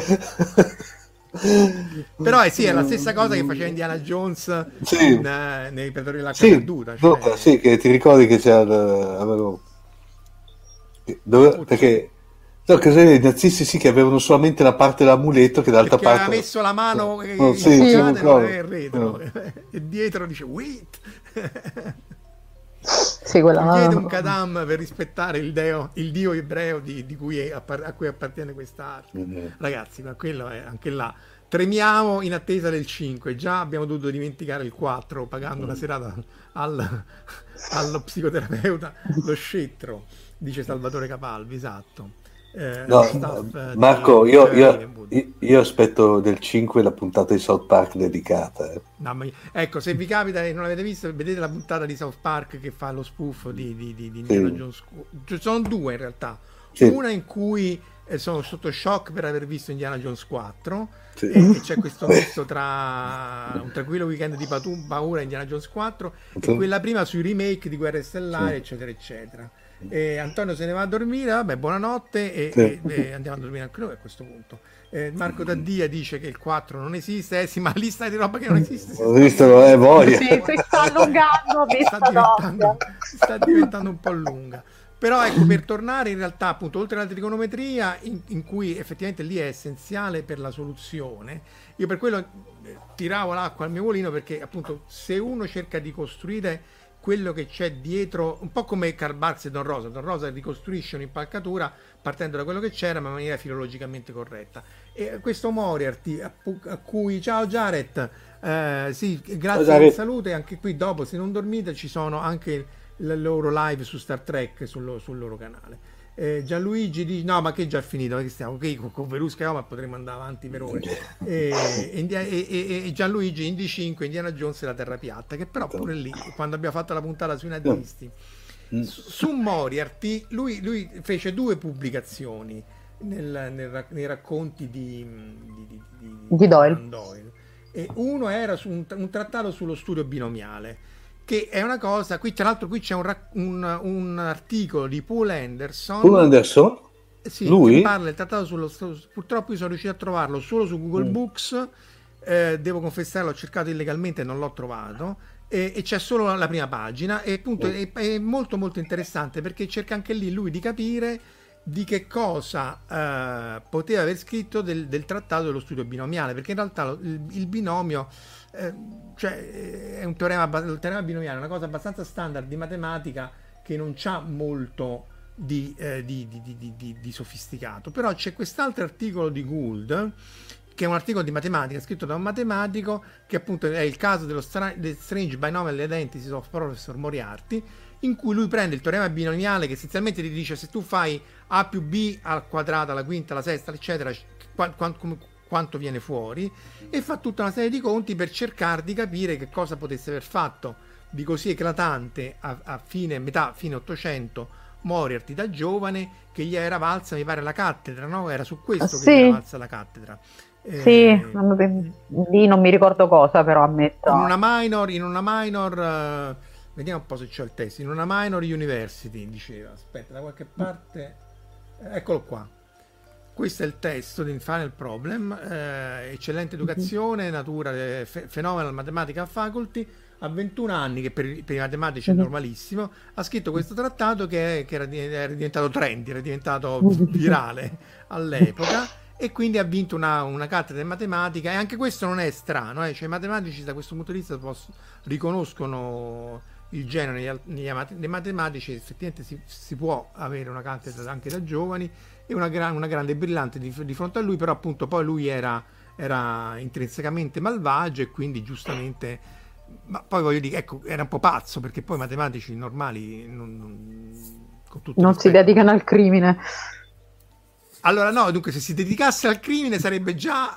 Però eh, sì, è la stessa cosa che faceva Indiana Jones, sì. in, uh, nei Predatori dell'Arca sì, Perduta, cioè... no, sì, che ti ricordi che c'era uh, dove, perché no, che i nazisti sì che avevano solamente la parte dell'amuleto, che d'altra perché parte aveva messo la mano no, che no, sì, sì, non no, è retro, no. E dietro dice wait. Sì, quella... chiede un Kadam per rispettare il deo, il dio ebreo di, di cui è, a cui appartiene quest'arte. Mm-hmm. Ragazzi, ma quello è anche là. Tremiamo in attesa del cinque. Già abbiamo dovuto dimenticare il quattro pagando una serata al, allo psicoterapeuta, lo scettro, dice Salvatore Capalvi, esatto. Eh, no, staff, Marco, di, io, io, io, io aspetto del cinque la puntata di South Park dedicata. Eh. No, ma, ecco, se vi capita e non l'avete visto, vedete la puntata di South Park che fa lo spoof di, di, di, di Indiana sì. Jones. Ci sono due in realtà. Sì. Una in cui eh, sono sotto shock per aver visto Indiana Jones quattro sì. e, e c'è questo misto tra Un tranquillo weekend di paura e Indiana Jones quattro sì. e quella prima sui remake di Guerre Stellari, sì. eccetera, eccetera. E Antonio se ne va a dormire, vabbè, buonanotte e, sì. e, e andiamo a dormire anche noi a questo punto. eh, Marco Taddia dice che il quattro non esiste, eh sì, ma lista di roba che non esiste ho visto, non è voglia. Sì, si sta allungando, sta diventando, sta diventando un po' lunga. Però ecco, per tornare in realtà appunto oltre alla trigonometria in, in cui effettivamente lì è essenziale per la soluzione, io per quello tiravo l'acqua al mio mulino, perché appunto se uno cerca di costruire quello che c'è dietro, un po' come Karl Barks e Don Rosa. Don Rosa ricostruisce un'impalcatura partendo da quello che c'era, ma in maniera filologicamente corretta. E questo Moriarty, a, a cui ciao Jared, eh, sì, grazie per salute. Anche qui dopo, se non dormite, ci sono anche le loro live su Star Trek sul, sul loro canale. Eh, Gianluigi dice no, ma che già finito, che stiamo okay, con, con Verusca e Oma potremmo andare avanti per ore. E, e, e, e Gianluigi in D cinque Indiana Jones e la terra piatta, che però pure lì quando abbiamo fatto la puntata sui nazisti su, su Moriarty lui, lui fece due pubblicazioni nel, nel, nei racconti di, di, di, di, di Doyle. Doyle, e uno era su un, un trattato sullo studio binomiale, che è una cosa, qui tra l'altro qui c'è un, un, un articolo di Paul Anderson. Paul Anderson? Sì, lui? Che parla del trattato sullo, purtroppo io sono riuscito a trovarlo solo su Google mm. Books, eh, devo confessare l'ho cercato illegalmente e non l'ho trovato, e, e c'è solo la prima pagina, e appunto mm. è, è molto molto interessante perché cerca anche lì lui di capire di che cosa eh, poteva aver scritto del, del trattato dello studio binomiale, perché in realtà il, il binomio Eh, cioè è un teorema, il teorema binomiale è una cosa abbastanza standard di matematica che non c'ha molto di, eh, di, di, di, di, di sofisticato. Però c'è quest'altro articolo di Gould che è un articolo di matematica scritto da un matematico, che appunto è il caso dello stra- del Strange Binomial Identities of Professor Moriarty, in cui lui prende il teorema binomiale che essenzialmente ti dice se tu fai a più b al quadrato, alla quinta, alla sesta, eccetera, qua- qua- come- quanto viene fuori, e fa tutta una serie di conti per cercare di capire che cosa potesse aver fatto di così eclatante a, a fine, metà, fine Ottocento Moriarty da giovane, che gli era valsa, mi pare, la cattedra, no? Era su questo Sì. che gli era valsa la cattedra. Sì, Eh, lì non mi ricordo cosa, però ammetto. in una minor, in una minor eh, vediamo un po' se c'ho il testo, in una minor university, diceva, aspetta, da qualche parte, eh, eccolo qua. Questo è il testo di Final Problem, eh, eccellente educazione, natura, eh, fe- phenomenal mathematical faculty, a ventuno anni, che per, i- per i matematici è normalissimo, ha scritto questo trattato che, che era, di- era diventato trendy, era diventato virale all'epoca, e quindi ha vinto una, una cattedra di matematica, e anche questo non è strano, eh? Cioè, i matematici da questo punto di vista posso- riconoscono il genere negli, al- negli amati- nei matematici, effettivamente si, si può avere una cattedra anche da giovani, e una, gran- una grande brillante di, di fronte a lui, però appunto poi lui era, era intrinsecamente malvagio, e quindi giustamente, ma poi voglio dire, ecco, era un po' pazzo, perché poi i matematici normali non, non- con tutto Non il si rispetto- dedicano al crimine. allora no, dunque se si dedicasse al crimine sarebbe già,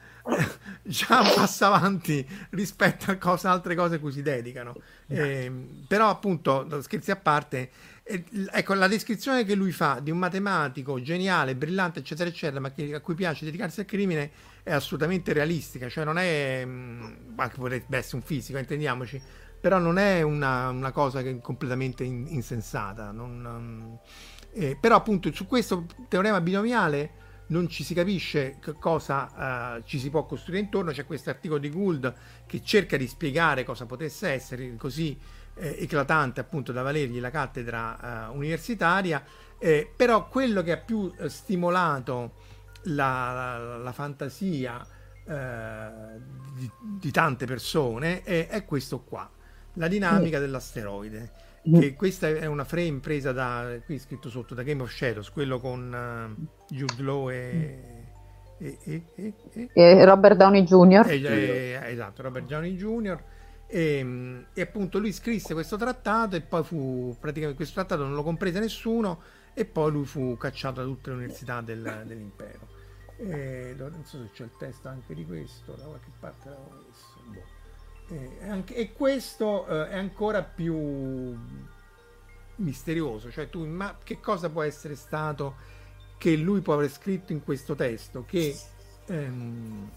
già un passo avanti rispetto a cosa, altre cose a cui si dedicano. Eh, però appunto, scherzi a parte, eh, ecco, la descrizione che lui fa di un matematico geniale, brillante, eccetera, eccetera, ma che, a cui piace dedicarsi al crimine, è assolutamente realistica, cioè non è, mh, anche potrebbe essere un fisico, intendiamoci, però non è una, una cosa che è completamente in- insensata. Non, um, eh, però appunto su questo teorema binomiale non ci si capisce che cosa eh, ci si può costruire intorno. C'è questo articolo di Gould che cerca di spiegare cosa potesse essere così eh, eclatante appunto da valergli la cattedra eh, universitaria, eh, però quello che ha più eh, stimolato la, la, la fantasia eh, di, di tante persone è, è questo qua, la dinamica dell'asteroide. Che questa è una frame presa da, qui è scritto sotto, da Game of Shadows, quello con uh, Jude Law e, e, e, e, e, E Robert Downey junior e- e- esatto, Robert Downey junior E, e appunto lui scrisse questo trattato, e poi fu praticamente, questo trattato non lo comprese nessuno, e poi lui fu cacciato da tutte le università del- dell'impero. E, non so se c'è il testo anche di questo, da qualche parte l'avevo messo. Boh. E, anche, e questo eh, è ancora più misterioso, cioè tu, ma che cosa può essere stato che lui può aver scritto in questo testo che, ehm,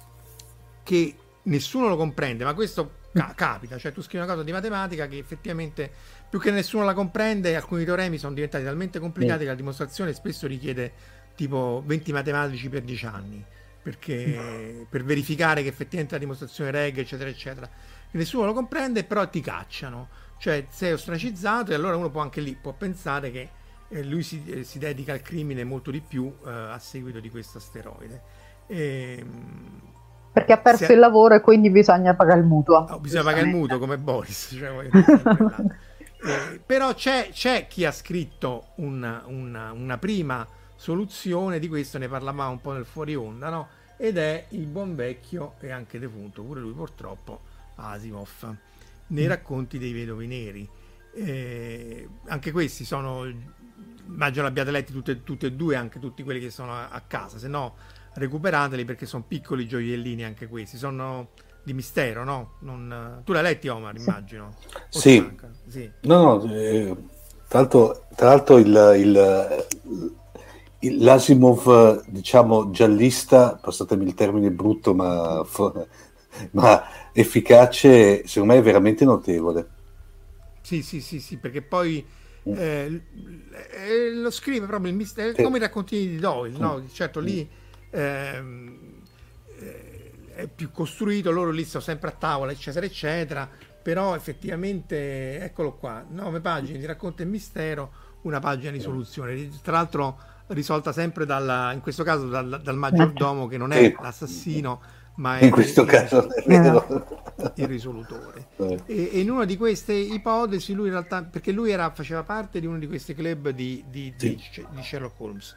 che nessuno lo comprende, ma questo ca- capita, cioè tu scrivi una cosa di matematica che effettivamente più che nessuno la comprende, alcuni teoremi sono diventati talmente complicati che la dimostrazione spesso richiede tipo venti matematici per dieci anni, perché per verificare che effettivamente la dimostrazione regge, eccetera eccetera, nessuno lo comprende, però ti cacciano, cioè sei ostracizzato, e allora uno può anche lì può pensare che eh, lui si, eh, si dedica al crimine molto di più eh, a seguito di questo asteroide. E, perché ha perso se- il lavoro e quindi bisogna pagare il mutuo. oh, bisogna pagare il mutuo come Boris, cioè, voglio dire, sempre là. Eh, però c'è, c'è chi ha scritto una, una, una prima soluzione di questo, ne parlavamo un po' nel fuori onda, no? Ed è il buon vecchio e anche defunto, pure lui purtroppo, Asimov, nei racconti dei vedovi neri. Eh, anche questi sono, immagino l'abbiate letti tutti, tutti e due, anche tutti quelli che sono a, a casa, se no recuperateli, perché sono piccoli gioiellini anche questi, sono di mistero, no? Non, tu l'hai letti, Omar, immagino? O Sì. ti manca? Sì. No, no, eh, tra l'altro, tra l'altro il, il, il- l'Asimov, diciamo, giallista, passatemi il termine brutto, ma, fo- ma efficace, secondo me è veramente notevole. Sì, sì, sì, sì, perché poi eh, l- eh, lo scrive proprio il mistero, Sì. come i raccontini di Doyle, no? Certo, lì ehm, eh, è più costruito, loro lì sono sempre a tavola, eccetera, eccetera, però effettivamente, eccolo qua, nove pagine di racconto e mistero, una pagina di soluzione, tra l'altro risolta sempre dalla, in questo caso dal, dal maggiordomo, che non è Sì. l'assassino, ma è In questo il- caso è vero. il risolutore. Eh. E, e in una di queste ipotesi lui in realtà, perché lui era, faceva parte di uno di questi club di, di, di- di Sherlock Holmes,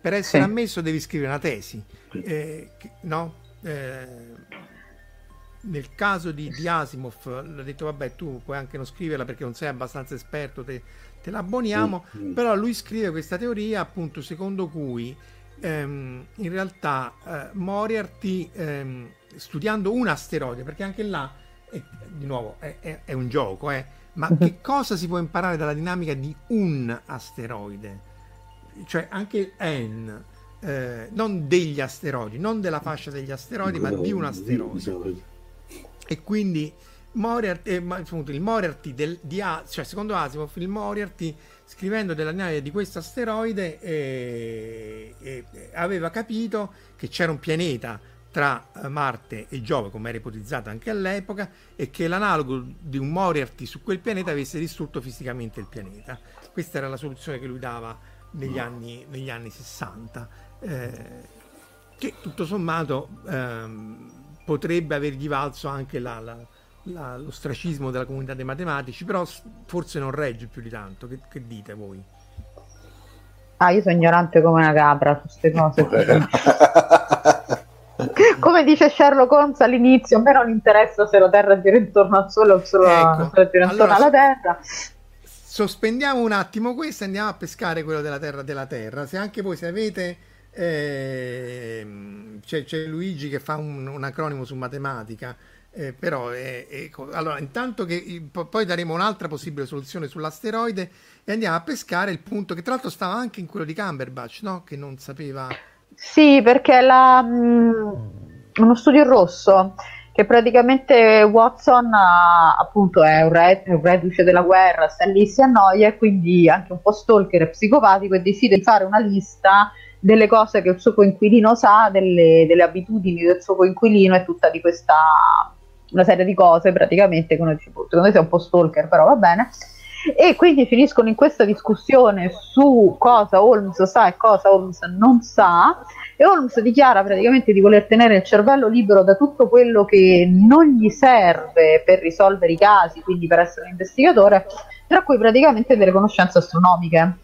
per essere Sì. ammesso devi scrivere una tesi, eh, che- no? Eh, nel caso di, di Asimov l'ha detto vabbè, tu puoi anche non scriverla perché non sei abbastanza esperto, te, te la abboniamo, Mm, mm. però lui scrive questa teoria appunto secondo cui ehm, in realtà eh, Moriarty ehm, studiando un asteroide, perché anche là è, di nuovo è, è- è un gioco, eh, ma che cosa si può imparare dalla dinamica di un asteroide? Cioè anche N, eh, non degli asteroidi, non della fascia degli asteroidi, ma di un asteroide. E quindi Moriarty, eh, ma, appunto, il Moriarty del, di A- cioè secondo Asimov il Moriarty scrivendo della dinamica di questo asteroide eh, eh, eh, aveva capito che c'era un pianeta tra eh, Marte e Giove, come era ipotizzato anche all'epoca, e che l'analogo di un Moriarty su quel pianeta avesse distrutto fisicamente il pianeta. Questa era la soluzione che lui dava negli anni, negli anni sessanta, eh, che tutto sommato ehm, potrebbe avergli valso anche la, la, la, l'ostracismo della comunità dei matematici, però s- forse non regge più di tanto. Che, che dite voi? Ah, io sono ignorante come una capra su queste cose. Come dice Sherlock Holmes all'inizio, a me non interessa se la Terra gira intorno al Sole o solo Ecco, se gira intorno allora alla so- Terra. sospendiamo un attimo questo e andiamo a pescare quello della terra della terra. Se anche voi se avete ehm, c'è, c'è Luigi che fa un, un acronimo su matematica, eh, però è- è co- allora intanto che po- poi daremo un'altra possibile soluzione sull'asteroide e andiamo a pescare il punto che tra l'altro stava anche in quello di Cumberbatch, no? Che non sapeva. Sì, perché la, mh, uno studio in rosso che praticamente Watson ha- appunto è un, re- è un reduce della guerra, sta lì, si annoia e quindi anche un po' stalker e psicopatico e decide di fare una lista delle cose che il suo coinquilino sa, delle, delle abitudini del suo coinquilino e tutta di questa una serie di cose praticamente che uno dice, "Boh, secondo me sei un po' stalker, però va bene." E quindi finiscono in questa discussione su cosa Holmes sa e cosa Holmes non sa, e Holmes dichiara praticamente di voler tenere il cervello libero da tutto quello che non gli serve per risolvere i casi, quindi per essere un investigatore, tra cui praticamente delle conoscenze astronomiche.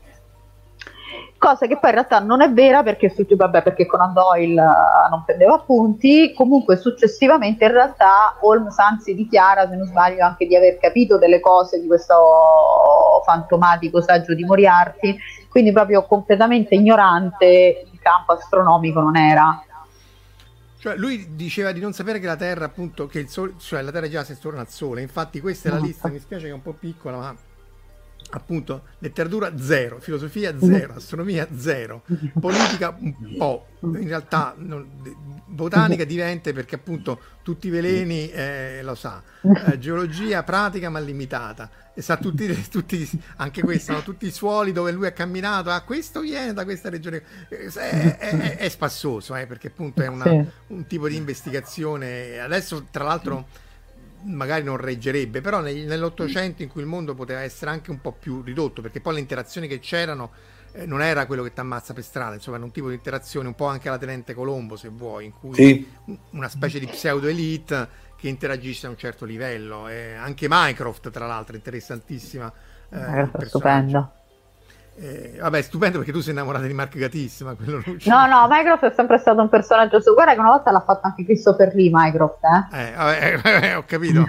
Cosa che poi in realtà non è vera perché, su- vabbè, perché Conan Doyle eh, non prendeva appunti. Comunque successivamente in realtà Holmes anzi dichiara, se non sbaglio, anche di aver capito delle cose di questo fantomatico saggio di Moriarty, quindi proprio completamente ignorante in campo astronomico non era. Cioè lui diceva di non sapere che la Terra appunto che il Sole, cioè la Terra gira se attorno al Sole. Infatti questa è la lista, mi spiace che è un po' piccola, ma appunto letteratura zero, filosofia zero, astronomia zero, politica un po', in realtà non- de- botanica diventa perché appunto tutti i veleni eh, lo sa, eh, geologia pratica ma limitata, e sa tutti, tutti anche questo, no? Tutti i suoli dove lui ha camminato, ah questo viene da questa regione, Eh, è, è- è spassoso, eh, perché appunto è una- Sì. un tipo di investigazione, adesso tra l'altro magari non reggerebbe, però nel- nell'Ottocento in cui il mondo poteva essere anche un po' più ridotto, perché poi le interazioni che c'erano eh, non era quello che ti ammazza per strada, insomma era un tipo di interazione un po' anche alla Tenente Colombo, se vuoi, in cui Sì. un- una specie di pseudo elite che interagisce a un certo livello, eh, anche Mycroft tra l'altro interessantissima, eh, il È personaggio. stupenda. Eh, vabbè, stupendo perché tu sei innamorata di Mark Gatissima, ma quello non c'è. No, no, Mycroft è sempre stato un personaggio su. Guarda che una volta l'ha fatto anche Christopher Lee, Mycroft, eh. Eh, vabbè, eh, ho capito.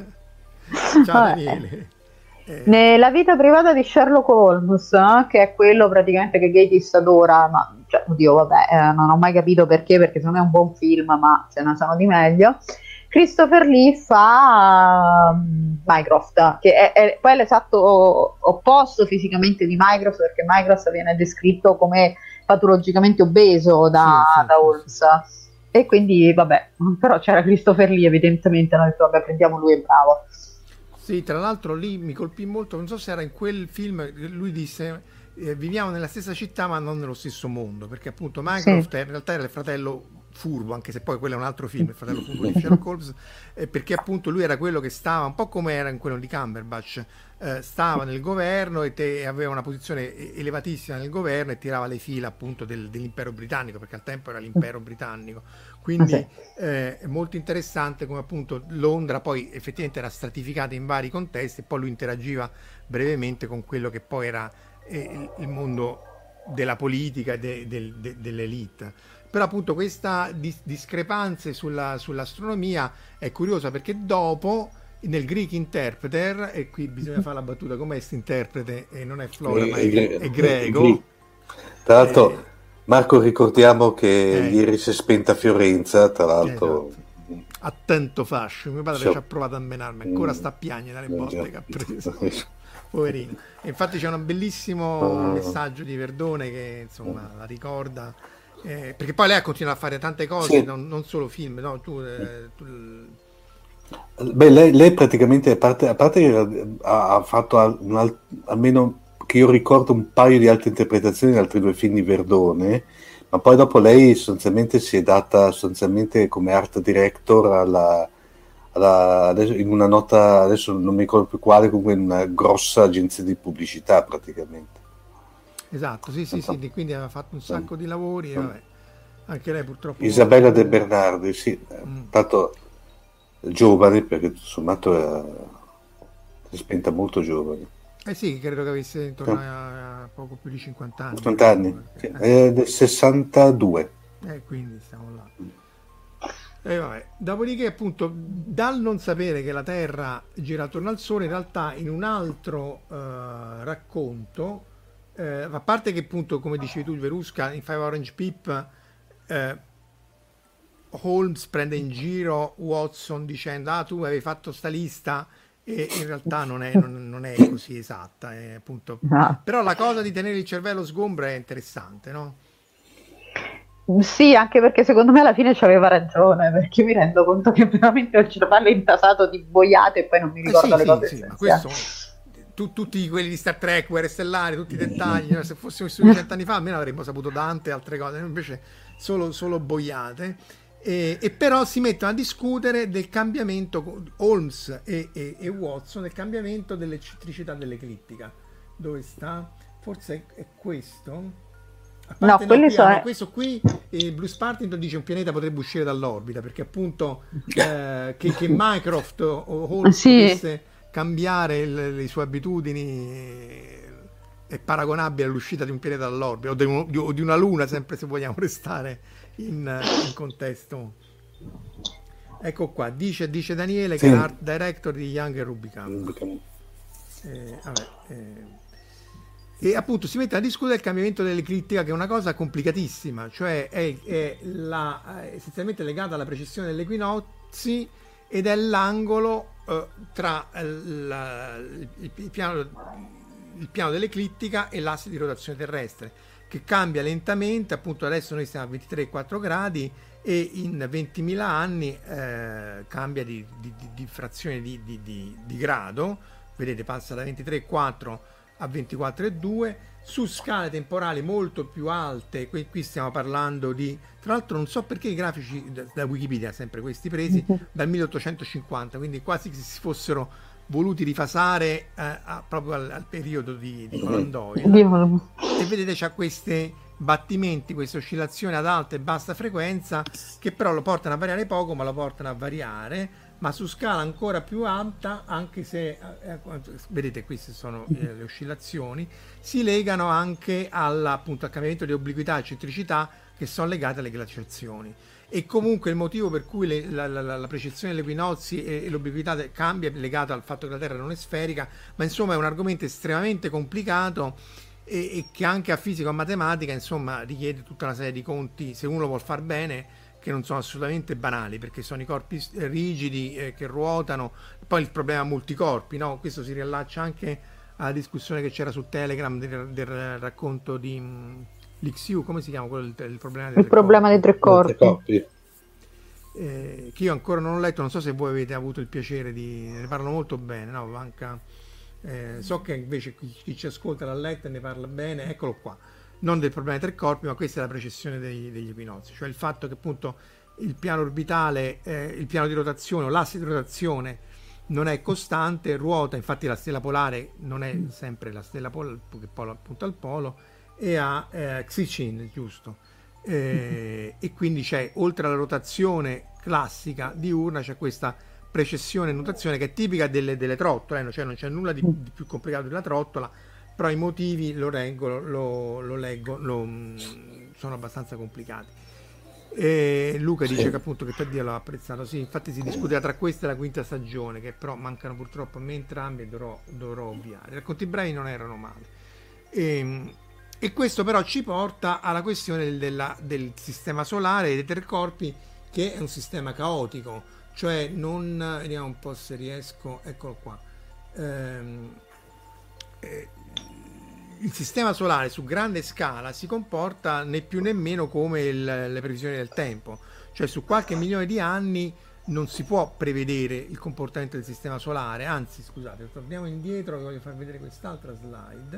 Ciao Vabbè. Daniele. Eh, Nella vita privata di Sherlock Holmes, eh, che è quello praticamente che Gatiss adora, ma cioè, oddio, vabbè, eh, non ho mai capito perché, perché secondo me è un buon film, ma ce ne sono di meglio. Christopher Lee fa um, Mycroft, che è, è poi l'esatto opposto fisicamente di Mycroft, perché Mycroft viene descritto come patologicamente obeso da, Sì, sì, da sì, Holmes. E quindi, vabbè, però c'era Christopher Lee, evidentemente, hanno detto, vabbè, prendiamo lui, è bravo. Sì, tra l'altro lì mi colpì molto, non so se era in quel film, lui disse eh, viviamo nella stessa città ma non nello stesso mondo, perché appunto Mycroft Sì. è- in realtà era il fratello furbo, anche se poi quello è un altro film, il fratello furbo di Sherlock Holmes, eh, perché appunto lui era quello che stava, un po' come era in quello di Cumberbatch, eh, stava nel governo e, te, e aveva una posizione e- elevatissima nel governo e tirava le fila appunto del- dell'impero britannico, perché al tempo era l'impero britannico. Quindi Ah, sì. eh, è molto interessante come appunto Londra poi effettivamente era stratificata in vari contesti e poi lui interagiva brevemente con quello che poi era eh, il, il mondo della politica e de, de, de, dell'elite. Però appunto questa dis- discrepanza sulla, sull'astronomia è curiosa, perché dopo nel Greek Interpreter, e qui bisogna fare la battuta, com'è questo interprete, e non è Flora, ma è, è, è greco. Tra l'altro, eh, Marco, ricordiamo che eh, ieri si è spenta a Fiorenza, tra l'altro. Esatto. Attento fascio, mio padre so. ci ha provato a menarmi, ancora sta a piagne dalle botte che ha preso. Poverino. E infatti c'è un bellissimo uh. messaggio di Verdone che insomma la ricorda, eh, perché poi lei ha continuato a fare tante cose, sì. non, non solo film, no? Tu, eh, tu... Beh, lei, lei praticamente, a parte, a parte che ha, ha fatto al, al, almeno che io ricordo un paio di altre interpretazioni in altri due film di Verdone, ma poi dopo lei sostanzialmente si è data sostanzialmente come art director alla, alla, adesso, in una nota, adesso non mi ricordo più quale, comunque in una grossa agenzia di pubblicità praticamente. Esatto, sì, sì, sì, quindi aveva fatto un sacco di lavori e vabbè, anche lei purtroppo... Isabella De Bernardi, sì, mm. tanto giovane, perché tutto sommato era, si è spenta molto giovane. Eh sì, credo che avesse intorno a, a poco più di cinquanta anni. cinquanta anni, sì. È del sessantadue. Eh, quindi stiamo là. E vabbè. Dopodiché, appunto, dal non sapere che la Terra gira attorno al Sole, in realtà in un altro uh, racconto, uh, a parte che appunto, come dicevi tu, Verusca, in Five Orange Pip, uh, Holmes prende in giro Watson dicendo ah, tu avevi fatto sta lista, e in realtà non è, non, non è così esatta, è appunto... no. Però la cosa di tenere il cervello sgombro è interessante, no? Sì, anche perché secondo me alla fine ci aveva ragione, perché mi rendo conto che veramente ho il cervello intasato di boiate e poi non mi ricordo eh sì, le cose sì, sì, ma questo, tu, tutti quelli di Star Trek, Guerre Stellari, tutti i dettagli, se fossimo vissuti cent'anni fa almeno avremmo saputo tante altre cose, invece solo, solo boiate. E, e però si mettono a discutere del cambiamento, Holmes e, e, e Watson, del cambiamento dell'eccentricità dell'eclittica. Dove sta? Forse è, è questo? A parte, no, no, quelli qui, so no, è... questo qui, eh, Bruce Partington dice un pianeta potrebbe uscire dall'orbita, perché appunto eh, che, che Mycroft o Holmes sì. potesse cambiare il, le sue abitudini è paragonabile all'uscita di un pianeta dall'orbita, o di, un, o di una luna, sempre se vogliamo restare in, in contesto. Ecco qua, dice, dice Daniele sì. che è l'art director di Young e Rubicam. Eh, vabbè, eh. E appunto si mette a discutere il cambiamento dell'eclittica, che è una cosa complicatissima, cioè è, è, la, è essenzialmente legata alla precessione degli equinozi ed è l'angolo eh, tra la, il, il, piano, il piano dell'eclittica e l'asse di rotazione terrestre, che cambia lentamente. Appunto adesso noi siamo a ventitré virgola quattro gradi e in ventimila anni eh, cambia di, di, di, di frazione di, di, di, di grado, vedete, passa da ventitré virgola quattro a ventiquattro virgola due su scale temporali molto più alte. Qui, qui stiamo parlando di, tra l'altro non so perché i grafici da, da Wikipedia, sempre questi presi dal milleottocentocinquanta, quindi quasi che si fossero voluti rifasare eh, a, proprio al, al periodo di, di Conan Doyle. E vedete c'ha questi battimenti, queste oscillazioni ad alta e bassa frequenza, che però lo portano a variare poco, ma lo portano a variare, ma su scala ancora più alta, anche se eh, vedete queste sono eh, le oscillazioni, si legano anche alla, appunto, al cambiamento di obliquità e centricità, che sono legate alle glaciazioni. E comunque il motivo per cui le, la, la, la precessione degli equinozi e, e l'obliquità de, cambia è legato al fatto che la Terra non è sferica, ma insomma è un argomento estremamente complicato e, e che anche a fisica o a matematica insomma richiede tutta una serie di conti, se uno lo vuol far bene, che non sono assolutamente banali, perché sono i corpi rigidi eh, che ruotano. Poi il problema multicorpi, no? Questo si riallaccia anche alla discussione che c'era su Telegram del, del racconto di um, l'X U, come si chiama quello, il, il problema dei il tre problema corpi. dei tre corpi, corpi. Eh, che io ancora non ho letto, non so se voi avete avuto il piacere di, ne parlano molto bene, no? Manca, eh, so che invece chi, chi ci ascolta l'ha letto e ne parla bene. Eccolo qua, non del problema dei tre corpi, ma questa è la precessione degli, degli equinozi, cioè il fatto che appunto il piano orbitale, eh, il piano di rotazione o l'asse di rotazione non è costante, ruota, infatti la stella polare non è sempre la stella polare che poi appunto al polo, e ha eh, Xicin, giusto, eh, e quindi c'è, oltre alla rotazione classica diurna, c'è questa precessione e nutrazione che è tipica delle, delle trottole, eh, cioè non c'è nulla di, di più complicato della trottola, però i motivi lo reggo, lo, lo leggo, lo, sono abbastanza complicati. E Luca dice sì. che appunto che per Dio l'ho apprezzato, sì, infatti si discuteva tra questa e la quinta stagione, che però mancano purtroppo a me entrambi e dovrò, dovrò ovviare. I racconti brevi non erano male. E, e questo però ci porta alla questione della, del sistema solare e dei tre corpi, che è un sistema caotico, cioè non, vediamo un po' se riesco, eccolo qua. Ehm, eh, il sistema solare su grande scala si comporta né più né meno come il, le previsioni del tempo, cioè su qualche milione di anni non si può prevedere il comportamento del sistema solare, anzi scusate, torniamo indietro, vi voglio far vedere quest'altra slide.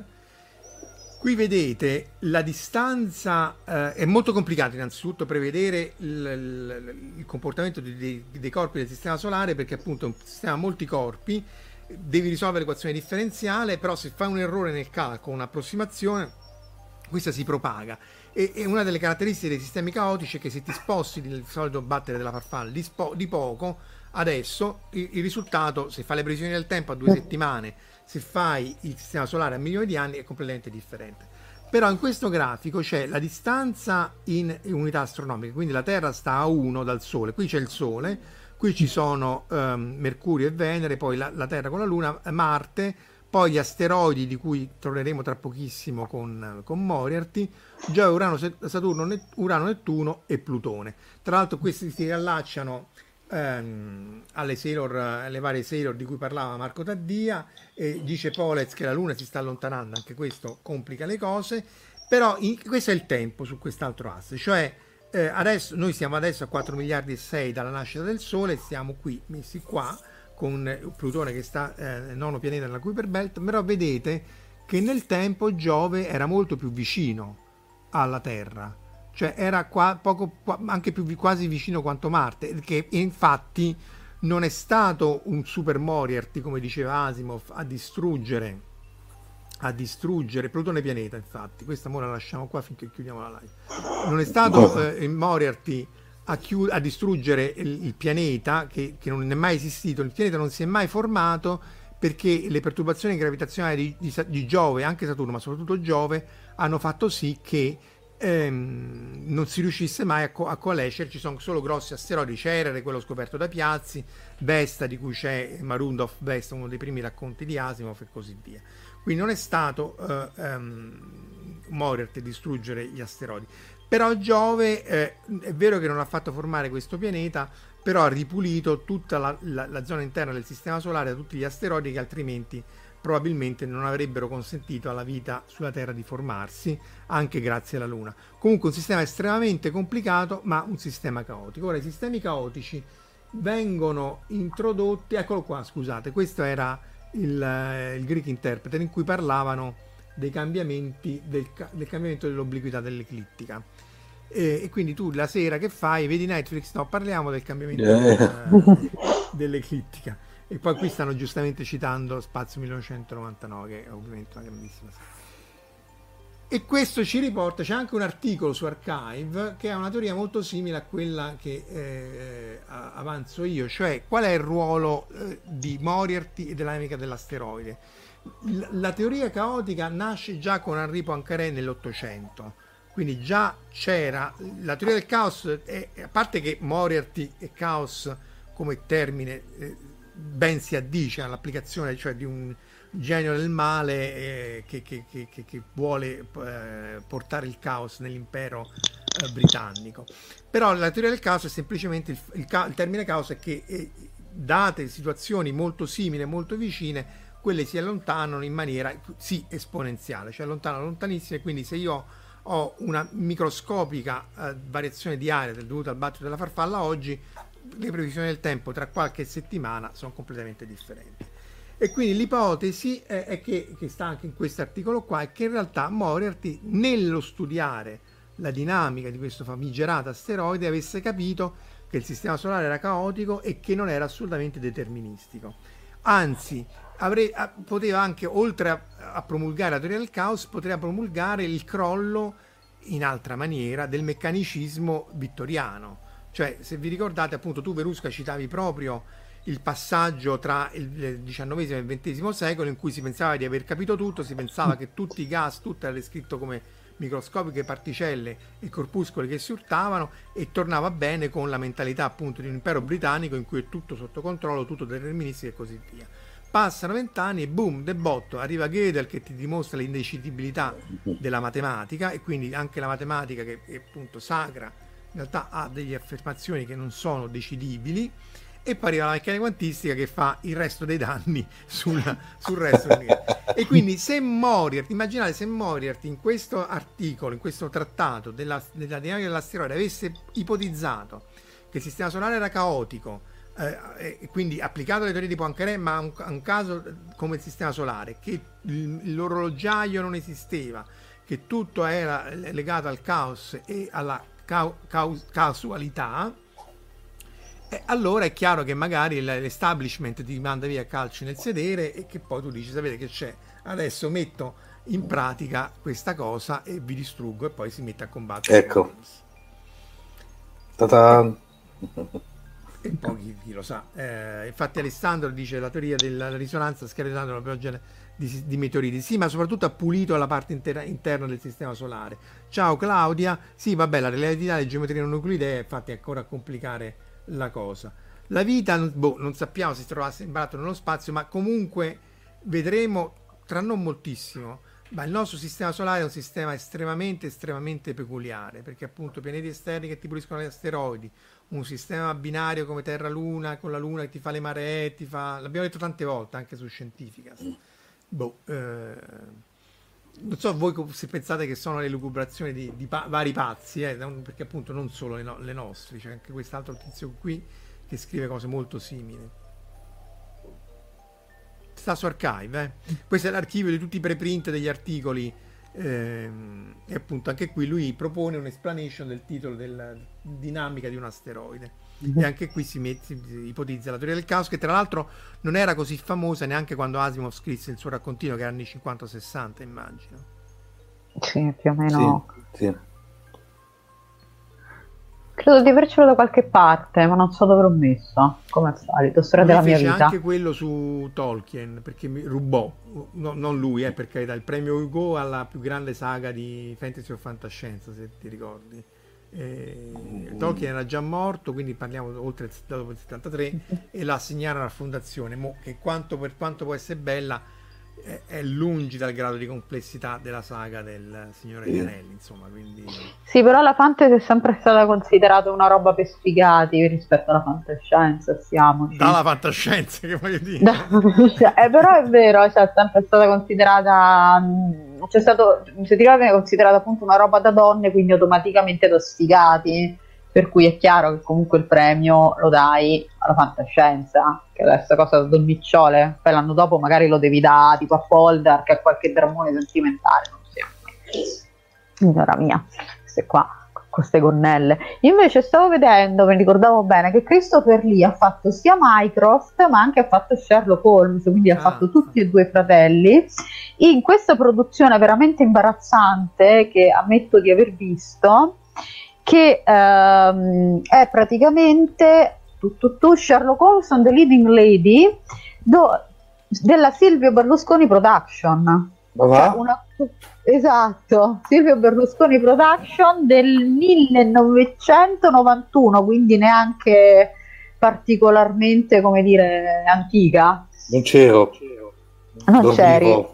Qui vedete la distanza, eh, è molto complicato innanzitutto prevedere il, il, il comportamento dei, dei, dei corpi del sistema solare, perché appunto è un sistema a molti corpi, devi risolvere l'equazione differenziale, però se fai un errore nel calcolo, un'approssimazione, questa si propaga. E, e una delle caratteristiche dei sistemi caotici è che se ti sposti il solito battere della farfalla di, spo, di poco, adesso il, il risultato, se fai le previsioni del tempo a due settimane, se fai il sistema solare a milioni di anni, è completamente differente. Però in questo grafico c'è la distanza in unità astronomiche, quindi la Terra sta a uno dal Sole, qui c'è il Sole, qui ci sono um, Mercurio e Venere, poi la, la Terra con la Luna, Marte, poi gli asteroidi di cui torneremo tra pochissimo con, con Moriarty, Giove, Urano, Saturno, Net, Urano, Nettuno e Plutone. Tra l'altro questi si riallacciano ehm, alle, Sailor, alle varie Sailor di cui parlava Marco Taddia, e dice Polez che la Luna si sta allontanando, anche questo complica le cose, però in, questo è il tempo su quest'altro asse, cioè Eh, adesso noi siamo adesso a quattro miliardi e sei dalla nascita del Sole, siamo qui messi qua con Plutone che sta eh, nono pianeta nella Kuiper Belt, però vedete che nel tempo Giove era molto più vicino alla Terra, cioè era qua, poco, qua, anche più quasi vicino quanto Marte, che infatti non è stato un super Moriarty, come diceva Asimov, a distruggere a distruggere Plutone pianeta, infatti questa ora la lasciamo qua finché chiudiamo la live. Non è stato eh, il Moriarty a, chiud- a distruggere il, il pianeta che, che non è mai esistito, il pianeta non si è mai formato perché le perturbazioni gravitazionali di, di, di Giove, anche Saturno ma soprattutto Giove, hanno fatto sì che ehm, non si riuscisse mai a, co- a coalescere. Ci sono solo grossi asteroidi, Cerere, quello scoperto da Piazzi, Vesta di cui c'è Marundov Vesta, uno dei primi racconti di Asimov e così via. Quindi non è stato uh, um, Moriarty a distruggere gli asteroidi. Però Giove eh, è vero che non ha fatto formare questo pianeta, però ha ripulito tutta la, la, la zona interna del sistema solare da tutti gli asteroidi che altrimenti probabilmente non avrebbero consentito alla vita sulla Terra di formarsi, anche grazie alla Luna. Comunque un sistema estremamente complicato, ma un sistema caotico. Ora i sistemi caotici vengono introdotti, eccolo qua, scusate, questo era Il, il Greek Interpreter, in cui parlavano dei cambiamenti del, del cambiamento dell'obliquità dell'eclittica, e, e quindi tu la sera che fai, vedi Netflix, no, parliamo del cambiamento yeah. del, dell'eclittica, e poi qui stanno giustamente citando Spazio millenovecentonovantanove, che è ovviamente una grandissima serie. E questo ci riporta, c'è anche un articolo su Archive che ha una teoria molto simile a quella che eh, avanzo io, cioè qual è il ruolo eh, di Moriarty e della dinamica dell'asteroide. La, la teoria caotica nasce già con Henri Poincaré nell'Ottocento, quindi già c'era la teoria del caos, è, a parte che Moriarty e caos come termine eh, ben si addice all'applicazione, cioè di un genio del male eh, che, che, che, che vuole eh, portare il caos nell'impero eh, britannico. Però la teoria del caos è semplicemente il, il, il termine caos è che eh, date situazioni molto simili, molto vicine, quelle si allontanano in maniera sì esponenziale, cioè allontanano lontanissime. Quindi se io ho una microscopica eh, variazione di area dovuta al battito della farfalla oggi, le previsioni del tempo tra qualche settimana sono completamente differenti. E quindi l'ipotesi è, è che, che sta anche in questo articolo qua, è che in realtà Moriarty, nello studiare la dinamica di questo famigerato asteroide, avesse capito che il sistema solare era caotico e che non era assolutamente deterministico. Anzi, avre, poteva anche, oltre a, a promulgare la teoria del caos, poteva promulgare il crollo in altra maniera del meccanicismo vittoriano. Cioè, se vi ricordate, appunto, tu Verusca citavi proprio il passaggio tra il diciannovesimo e il ventesimo secolo, in cui si pensava di aver capito tutto, si pensava che tutti i gas, tutto era descritto come microscopiche particelle e corpuscoli che si urtavano, e tornava bene con la mentalità appunto di un impero britannico in cui è tutto sotto controllo, tutto deterministico e così via. Passano vent'anni e boom, de botto, arriva Gödel che ti dimostra l'indecidibilità della matematica, e quindi anche la matematica, che è appunto sacra, in realtà ha delle affermazioni che non sono decidibili, e poi arriva la meccanica quantistica che fa il resto dei danni sul, sul resto dell'universo. E quindi se Moriarty, immaginate se Moriarty in questo articolo, in questo trattato della, della dinamica dell'asteroide avesse ipotizzato che il sistema solare era caotico, eh, e quindi applicato alle teorie di Poincaré, ma a un, a un caso come il sistema solare, che il, l'orologiaio non esisteva, che tutto era legato al caos e alla cau, cau, casualità, Eh, allora è chiaro che magari l'establishment ti manda via calci nel sedere, e che poi tu dici: sapete che c'è, adesso metto in pratica questa cosa e vi distruggo, e poi si mette a combattere. Ecco. Ta-ta. E poi chi, chi lo sa. Eh, infatti Alessandro dice: la teoria della risonanza ha scatenato una pioggia di, di meteoriti. Sì, ma soprattutto ha pulito la parte intera, interna del sistema solare. Ciao Claudia. Sì, vabbè, la relatività delle geometrie non euclidee infatti è ancora a complicare la cosa. La vita, boh, non sappiamo se si trovasse imbarazzo nello spazio, ma comunque vedremo tra non moltissimo. Ma il nostro sistema solare è un sistema estremamente estremamente peculiare, perché appunto pianeti esterni che ti puliscono gli asteroidi, un sistema binario come Terra-Luna, con la Luna che ti fa le maree, ti fa, l'abbiamo detto tante volte anche su Scientificast. Boh, eh, non so voi se pensate che sono le lucubrazioni di, di pa- vari pazzi, eh, perché appunto non solo le, no- le nostre, c'è anche quest'altro tizio qui che scrive cose molto simili. Sta su Archive, eh. Questo è l'archivio di tutti i preprint degli articoli, ehm, e appunto anche qui lui propone un'explanation del titolo della dinamica di un asteroide, mm-hmm. E anche qui si, met- si ipotizza la teoria del caos, che tra l'altro non era così famosa neanche quando Asimov scrisse il suo raccontino, che era anni cinquanta sessanta, immagino. Sì, più o meno. Sì, sì. Credo di avercelo da qualche parte, ma non so dove l'ho messo, come al solito, storia Lui della mia fece vita. anche quello su Tolkien, perché mi rubò, no, non lui, eh, per carità, il premio Hugo alla più grande saga di fantasy o fantascienza, se ti ricordi. Eh, Tolkien era già morto, quindi parliamo oltre il, dopo il settantatré, e la assegnarono alla fondazione, mo, che quanto, per quanto può essere bella, è, è lungi dal grado di complessità della saga del Signore degli Anelli, insomma, quindi... Sì, però la fantasy è sempre stata considerata una roba per sfigati rispetto alla fantascienza, siamo. Dalla fantascienza, che voglio dire. eh, però è vero, cioè, è sempre stata considerata, mh, c'è stato, se ti ricordi, è considerata appunto una roba da donne, quindi automaticamente da sfigati, per cui è chiaro che comunque il premio lo dai alla fantascienza, che è questa cosa da donnicciole, poi l'anno dopo magari lo devi dare tipo a Poldark, che a qualche drammone sentimentale, non so. Signora mia, queste qua, queste gonnelle. Invece stavo vedendo, mi ricordavo bene, che Christopher Lee ha fatto sia Mycroft, ma anche ha fatto Sherlock Holmes, quindi ah. ha fatto tutti e due i fratelli, in questa produzione veramente imbarazzante, che ammetto di aver visto, che ehm, è praticamente tu, tu, tu, Sherlock Holmes and the Leading Lady do, della Silvio Berlusconi Production. Cioè una, esatto, Silvio Berlusconi Production del millenovecentonovantuno, quindi neanche particolarmente, come dire, antica. Non c'ero, non Dormivo. C'eri.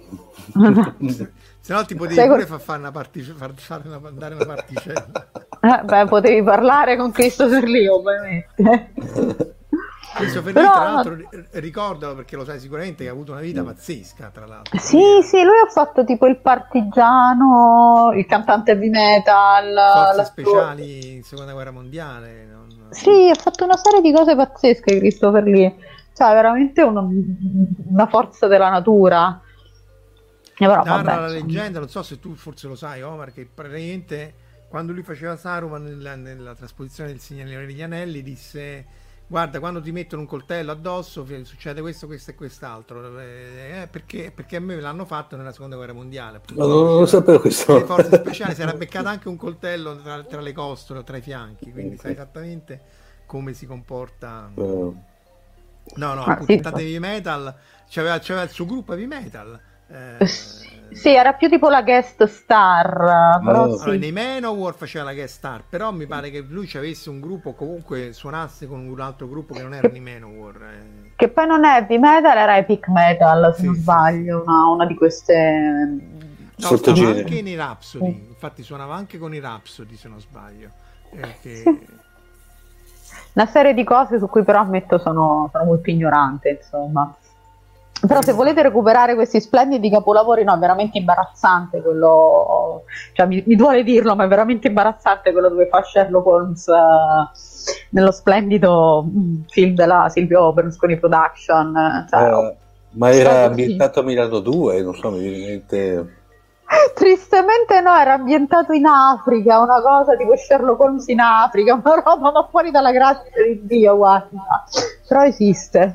Se no ti potevi Sei pure con... far fare una particella, far fare una, dare una particella. Eh, beh, potevi parlare con Christopher Lee, ovviamente. Christopher Lee, tra l'altro, ricordalo perché lo sai sicuramente, che ha avuto una vita pazzesca, tra l'altro. Sì, sì, lui ha fatto tipo il partigiano, il cantante heavy metal, forze la... speciali in seconda guerra mondiale. Non... Sì, ha fatto una serie di cose pazzesche Christopher Lee, cioè veramente una, una forza della natura. Però, narra vabbè, la leggenda, non so se tu forse lo sai, Omar, che praticamente quando lui faceva Saruman nella, nella trasposizione del Signore degli Anelli disse: guarda, quando ti mettono un coltello addosso succede questo, questo e quest'altro, eh, perché, perché a me l'hanno fatto nella seconda guerra mondiale, no, non, non lo sapevo questo. Le forze speciali si era beccato anche un coltello tra, tra le costole o tra i fianchi, quindi okay. Sai esattamente come si comporta. uh. No, no, Ah, appunto, sì. puntate heavy metal, c'aveva, c'aveva il suo gruppo heavy metal. Eh, Sì, era più tipo la guest star, però Oh. sì. allora, nei Manowar faceva la guest star, però mi pare che lui ci avesse un gruppo, comunque suonasse con un altro gruppo che non erano i Manowar. eh. Che poi non è heavy metal, era epic metal, se Sì, non sì, sbaglio, sì. Una, una di queste... No, Sottogenere. suonava anche nei Rhapsody, infatti suonava anche con i Rhapsody se non sbaglio. Eh, che... Sì. Una serie di cose su cui però ammetto sono, sono molto ignorante, insomma. Però se volete recuperare questi splendidi capolavori, no, è veramente imbarazzante quello, cioè mi, mi duole dirlo, ma è veramente imbarazzante quello dove fa Sherlock Holmes eh, nello splendido mm, film della Silvio Berlusconi Production. eh, Cioè, Eh, ma era così. ambientato a Milano due, non so, mi viene in mente... Tristemente no, era ambientato in Africa, una cosa tipo Sherlock Holmes in Africa, una roba ma fuori dalla grazia di Dio, guarda. Però esiste.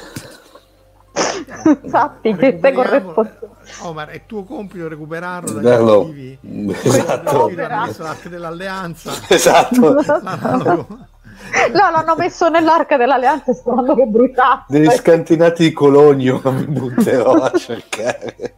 Sappi che sei Recuperiamo- corrispondente. Omar, è tuo compito recuperarlo dagli Darlo. archivi. Esatto. Gli hanno messo l'Arca dell'Alleanza. Esatto. l'analogo. No, l'hanno messo nell'arca dell'alleanza sperando che bruciasse. Degli scantinati di Cologno mi butterò a cercare.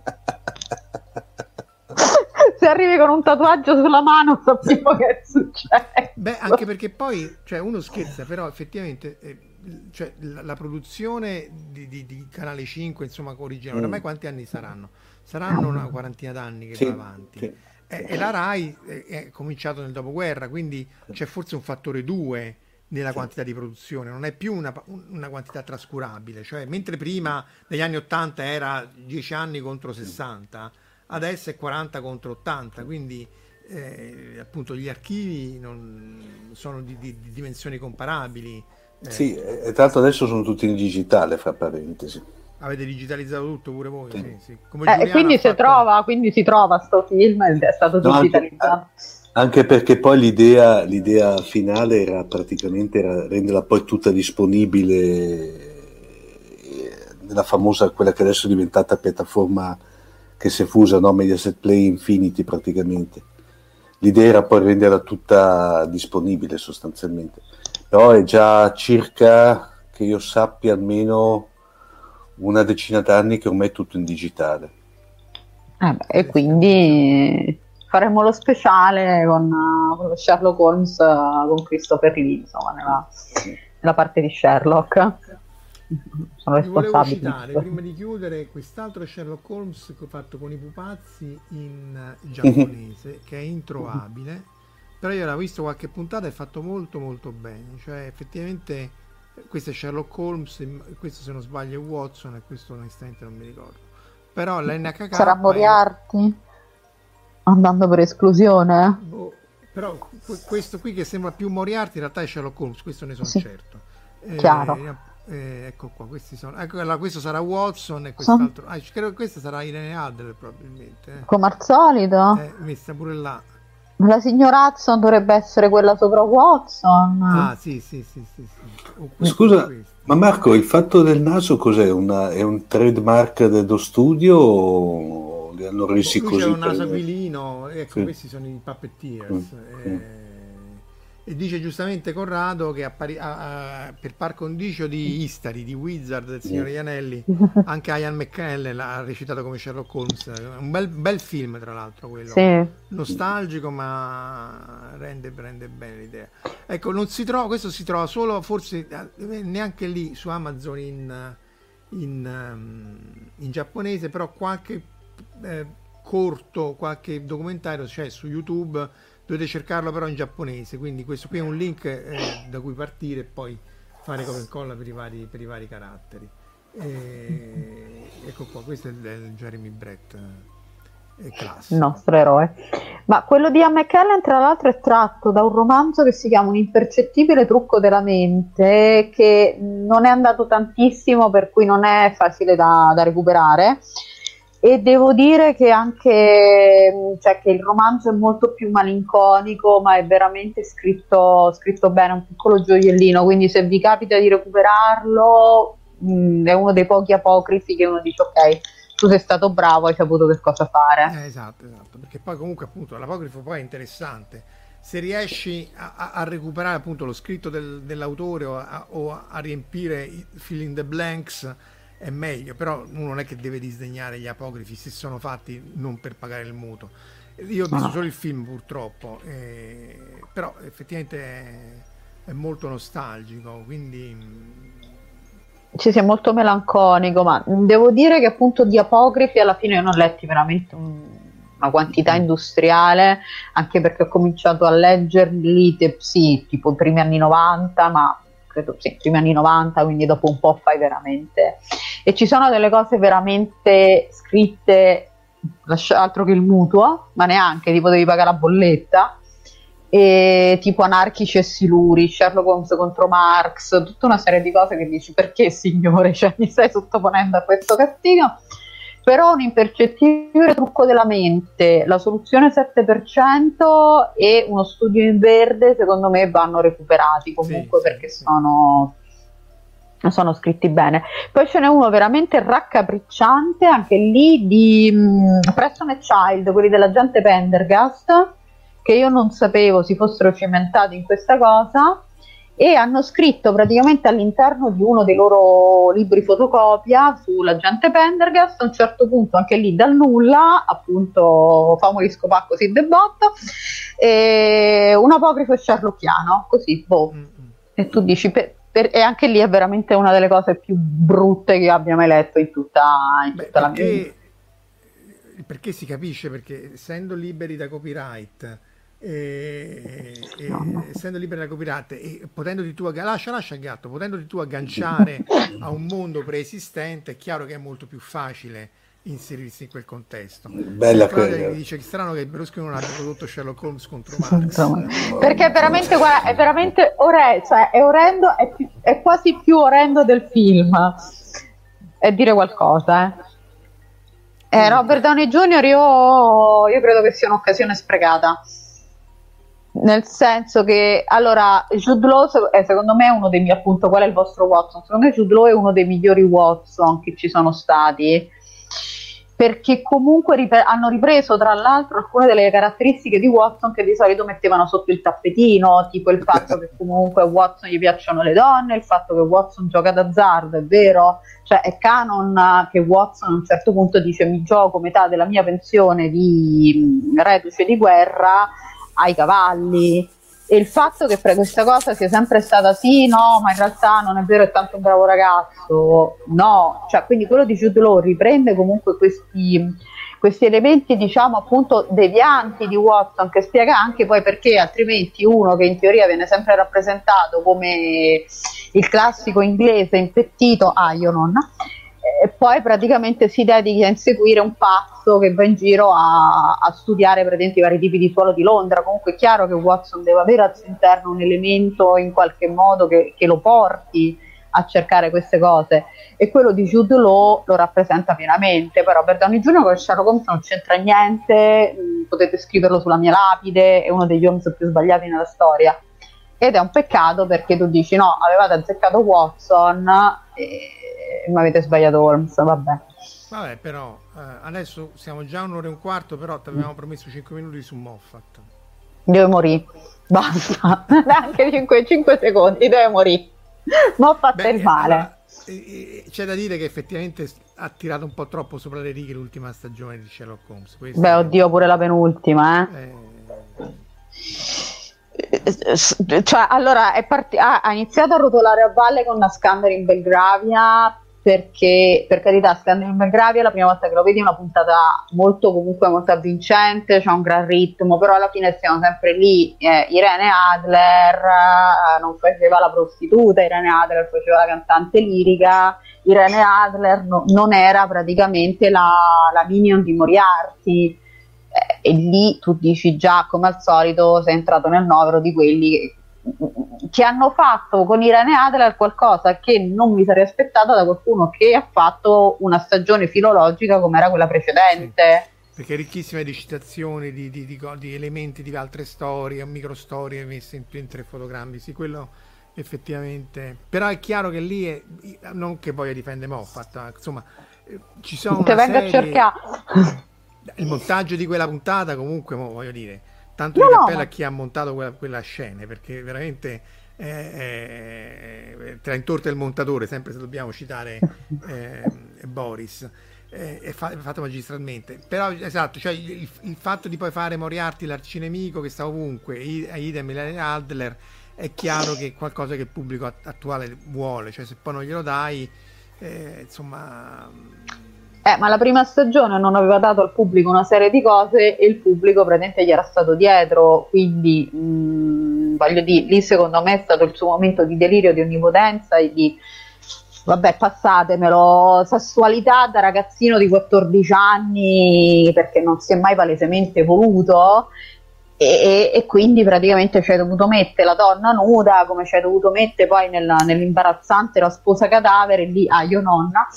Se arrivi con un tatuaggio sulla mano sappiamo che è successo. Beh, anche perché poi, cioè, uno scherza, però effettivamente eh, cioè, la, la produzione di, di- di Canale cinque, insomma, originale, oramai quanti anni saranno? Saranno una quarantina d'anni che Sì, va avanti. sì. E, e la Rai è, è cominciato nel dopoguerra, quindi c'è forse un fattore due nella quantità di produzione, non è più una, una quantità trascurabile, cioè mentre prima negli anni ottanta era dieci anni contro sessanta, adesso è quaranta contro ottanta, quindi eh, appunto gli archivi non sono di, di- di dimensioni comparabili. Eh, Sì, e tra l'altro adesso sono tutti in digitale, fra parentesi. Avete digitalizzato tutto pure voi? Sì. Sì, sì. Come Eh, e Giuliano quindi ha si fatto- trova, quindi si trova sto film ed è stato No, anche, digitalizzato. anche perché poi l'idea, l'idea finale era praticamente era renderla poi tutta disponibile eh, nella famosa, quella che adesso è diventata piattaforma che si è fusa, no? Mediaset Play Infinity praticamente. L'idea era poi renderla tutta disponibile sostanzialmente, però è già circa, che io sappia, almeno una decina d'anni che ormai è tutto in digitale. Eh beh, e quindi faremo lo speciale con, uh, con lo Sherlock Holmes uh, con Christopher Lee, insomma, nella, nella parte di Sherlock. Sono Vi volevo responsabili. citare, prima di chiudere, quest'altro Sherlock Holmes che ho fatto con i pupazzi in eh, giapponese, che è introvabile, però io l'avevo visto qualche puntata e è fatto molto molto bene, cioè effettivamente eh, questo è Sherlock Holmes, im- questo se non sbaglio è Watson e questo onestamente non mi ricordo, però l'N H K Sarà è- Moriarty? Andando per esclusione? boh, però que- questo qui che sembra più Moriarty in realtà è Sherlock Holmes, questo ne sono Sì. certo. Eh, Chiaro. eh, ecco qua, questi sono, ecco, allora, questo sarà Watson e quest'altro, ah, credo che questa sarà Irene Adler probabilmente, eh. Come al solito? Eh, messa pure là. La signora Hudson dovrebbe essere quella sopra Watson. Ah, sì, sì, sì, sì, sì. O questo, Scusa, questo. ma Marco, il fatto del naso cos'è? Una- è un trademark dello studio o li hanno resi Lui così? c'è un naso per- aquilino, ecco, Sì. questi sono i puppeteers. Mm, eh, e dice giustamente Corrado che appari- a- a- per par condicio di Istari, di Wizard del signore Ianelli, anche Ian McKellen l'ha recitato come Sherlock Holmes. Un bel, bel film, tra l'altro, quello. Sì. Nostalgico, ma rende, rende bene l'idea. Ecco, non si trova, questo si trova solo, forse eh, neanche lì su Amazon in, in, ehm, in giapponese, però qualche eh, corto, qualche documentario c'è su YouTube, dovete cercarlo però in giapponese, quindi questo qui è un link eh, da cui partire e poi fare copia e incolla per i vari, per i vari caratteri. E, ecco qua, questo è il, il Jeremy Brett, eh, è classico. Il nostro eroe. Ma quello di Ian McKellen, tra l'altro, è tratto da un romanzo che si chiama Un impercettibile trucco della mente, che non è andato tantissimo, per cui non è facile da, da recuperare. E devo dire che anche cioè, che il romanzo è molto più malinconico, ma è veramente scritto, scritto bene, un piccolo gioiellino. Quindi, se vi capita di recuperarlo, mh, è uno dei pochi apocrifi che uno dice: ok, tu sei stato bravo, hai saputo che cosa fare. Eh, esatto, esatto, perché poi comunque appunto l'apocrifo poi è interessante, se riesci a, a recuperare appunto lo scritto del, dell'autore o a, o a riempire i fill in the blanks è meglio, però uno non è che deve disdegnare gli apocrifi se sono fatti non per pagare il mutuo. Io ho visto solo il film purtroppo, eh, però effettivamente è, è molto nostalgico, quindi Sì, sì, è molto melanconico, ma devo dire che appunto di apocrifi alla fine io ne ho letti veramente un- una quantità industriale, anche perché ho cominciato a leggerli, te- sì, tipo i primi anni novanta, ma credo sì, i primi anni novanta, quindi dopo un po' fai veramente. E ci sono delle cose veramente scritte, lascia- altro che il mutuo, ma neanche, tipo devi pagare la bolletta, e tipo anarchici e siluri, Sherlock Holmes contro Marx, tutta una serie di cose che dici perché signore, cioè, mi stai sottoponendo a questo castigo. Però un impercettibile trucco della mente, la soluzione sette per cento e uno studio in verde secondo me vanno recuperati comunque, Sì, sì, perché sì. sono sono scritti bene. Poi ce n'è uno veramente raccapricciante anche lì di mh, Preston e Child, quelli dell'agente Pendergast, che io non sapevo si fossero cimentati in questa cosa, e hanno scritto praticamente all'interno di uno dei loro libri fotocopia sull'agente Pendergast, a un certo punto anche lì dal nulla, appunto famo di scopà così de botto, e un apocrifo sherlockiano, così, boh. Mm, mm. E tu dici, per- per- e anche lì è veramente una delle cose più brutte che abbia mai letto in tutta, in Beh, tutta la mia vita. perché, perché si capisce, perché essendo liberi da copyright, e, e- No, no. essendo liberi da copyright e potendoti tu agga- lascia, lascia il gatto, potendoti tu agganciare a un mondo preesistente, è chiaro che è molto più facile inserirsi in quel contesto. Bella Eh, Claudia quella. mi dice che strano che Berlusconi non abbia prodotto Sherlock Holmes contro Marx. Insomma, perché è veramente, guarda, è veramente orrendo, cioè è orrendo, è, più- è quasi più orrendo del film. È dire qualcosa, eh. Eh, Robert Downey junior io, io credo che sia un'occasione sprecata. Nel senso che, allora, Jude Law se- è secondo me uno dei miei, appunto, qual è il vostro Watson? Secondo me Jude Law è uno dei migliori Watson che ci sono stati, perché comunque ripre- hanno ripreso tra l'altro alcune delle caratteristiche di Watson che di solito mettevano sotto il tappetino, tipo il fatto che comunque a Watson gli piacciono le donne, il fatto che Watson gioca d'azzardo, è vero, cioè è canon che Watson a un certo punto dice mi gioco metà della mia pensione di mh, reduce di guerra ai cavalli, e il fatto che per questa cosa sia sempre stata sì, no, ma in realtà non è vero, è tanto un bravo ragazzo, no, cioè quindi quello di Jude Law riprende comunque questi, questi elementi, diciamo appunto devianti di Watson, che spiega anche poi perché altrimenti uno che in teoria viene sempre rappresentato come il classico inglese impettito, ah io non, e poi praticamente si dedica a inseguire un pazzo che va in giro a, a studiare praticamente i vari tipi di suolo di Londra. Comunque è chiaro che Watson deve avere al suo interno un elemento in qualche modo che, che lo porti a cercare queste cose, e quello di Jude Law lo rappresenta pienamente. Però per Downey junior con Sherlock Holmes non c'entra niente, mh, potete scriverlo sulla mia lapide, è uno degli Holmes più sbagliati nella storia, ed è un peccato perché tu dici no, avevate azzeccato Watson e ma avete sbagliato Holmes, vabbè. Vabbè, però eh, adesso siamo già a un'ora e un quarto, però ti avevamo promesso cinque minuti su Moffat. Deve morire, basta, neanche cinque secondi, deve morire. Moffat Beh, è il male. allora, eh, eh, c'è da dire che effettivamente ha tirato un po' troppo sopra le righe l'ultima stagione di Sherlock Holmes. Questo Beh, è- oddio, pure la penultima, eh. eh, Cioè, allora è parti- ha, ha iniziato a rotolare a valle con una Scandal in Belgravia, perché per carità Scandal in Belgravia la prima volta che lo vedi è una puntata molto, comunque molto avvincente, c'è un gran ritmo, però alla fine siamo sempre lì. eh, Irene Adler eh, non faceva la prostituta, Irene Adler faceva la cantante lirica, Irene Adler no- non era praticamente la, la minion di Moriarty. Eh, e lì tu dici già, come al solito sei entrato nel novero di quelli che, che hanno fatto con Irene Adler qualcosa che non mi sarei aspettata da qualcuno che ha fatto una stagione filologica come era quella precedente. perché è ricchissima di citazioni, di, di, di, go- di elementi di altre storie, microstorie messe in, in tre fotogrammi. Sì, quello effettivamente. Però è chiaro che lì è, non che voglia difendere Moffat, ma, insomma, eh, ci sono Te una venga a serie- cercare. il montaggio di quella puntata comunque, mo, voglio dire, tanto No, di no, cappello ma- a chi ha montato quella, quella scena, perché veramente eh, eh, tra intorte del montatore, sempre se dobbiamo citare eh, Boris, eh, è, fa- è fatto magistralmente. Però esatto, cioè il, il fatto di poi fare Moriarty l'arcinemico che sta ovunque, i- idem Millennium Adler, è chiaro che è qualcosa che il pubblico at- attuale vuole, cioè se poi non glielo dai, eh, insomma. Eh, ma la prima stagione non aveva dato al pubblico una serie di cose e il pubblico praticamente gli era stato dietro, quindi mh, voglio dire, lì secondo me è stato il suo momento di delirio, di onnipotenza e di, vabbè, passatemelo, sessualità da ragazzino di quattordici anni, perché non si è mai palesemente voluto. E, e quindi praticamente ci hai dovuto mettere la donna nuda, come ci hai dovuto mettere poi nella, nell'imbarazzante la sposa cadavere lì, ah io nonna,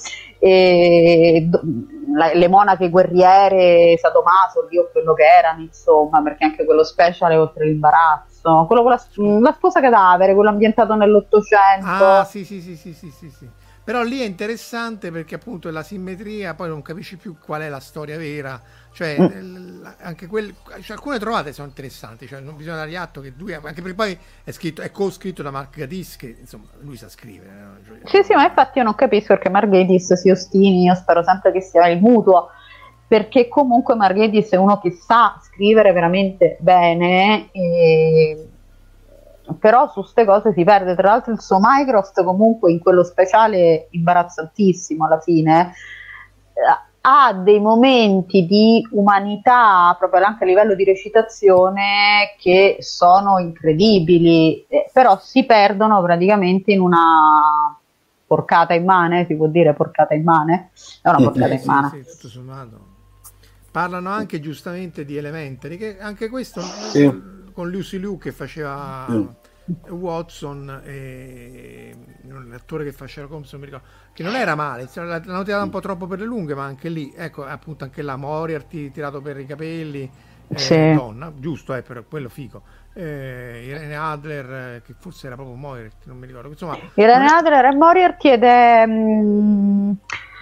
e do- la- le monache guerriere sadomaso lì o quello che erano, insomma, perché anche quello special è oltre l'imbarazzo, quello con la, la sposa cadavere, quello ambientato nell'Ottocento. Ah, sì, sì, sì, sì, sì, sì, sì. Però lì è interessante perché appunto la simmetria, poi non capisci più qual è la storia vera, cioè Mm. l- anche quel, cioè, alcune trovate sono interessanti, cioè non bisogna dargli atto che lui, anche perché poi è scritto, è co-scritto da Mark Gatiss, che insomma lui sa scrivere, no? Cioè, Sì, sì, ma infatti io non capisco perché Marghetis si ostini, io spero sempre che sia il mutuo, perché comunque Marghetis è uno che sa scrivere veramente bene, e- però su ste cose si perde. Tra l'altro il suo Mycroft comunque in quello speciale imbarazzantissimo alla fine, eh, ha dei momenti di umanità proprio anche a livello di recitazione che sono incredibili, eh, però si perdono praticamente in una porcata immane, si può dire porcata immane? È una porcata eh, sì, immane. sì, tutto sommato. Parlano anche giustamente di Elementary, che anche questo Sì. con Lucy Liu che faceva Mm. Watson e l'attore che fa Sherlock Holmes, non mi ricordo, che non era male, insomma, l'hanno tirata un po' troppo per le lunghe, ma anche lì, ecco, appunto anche là Moriarty tirato per i capelli, eh, Sì. donna, giusto, eh, per quello figo. Eh, Irene Adler, eh, che forse era proprio Moriarty, non mi ricordo, insomma, Irene non è- Adler e Moriarty ed è mm,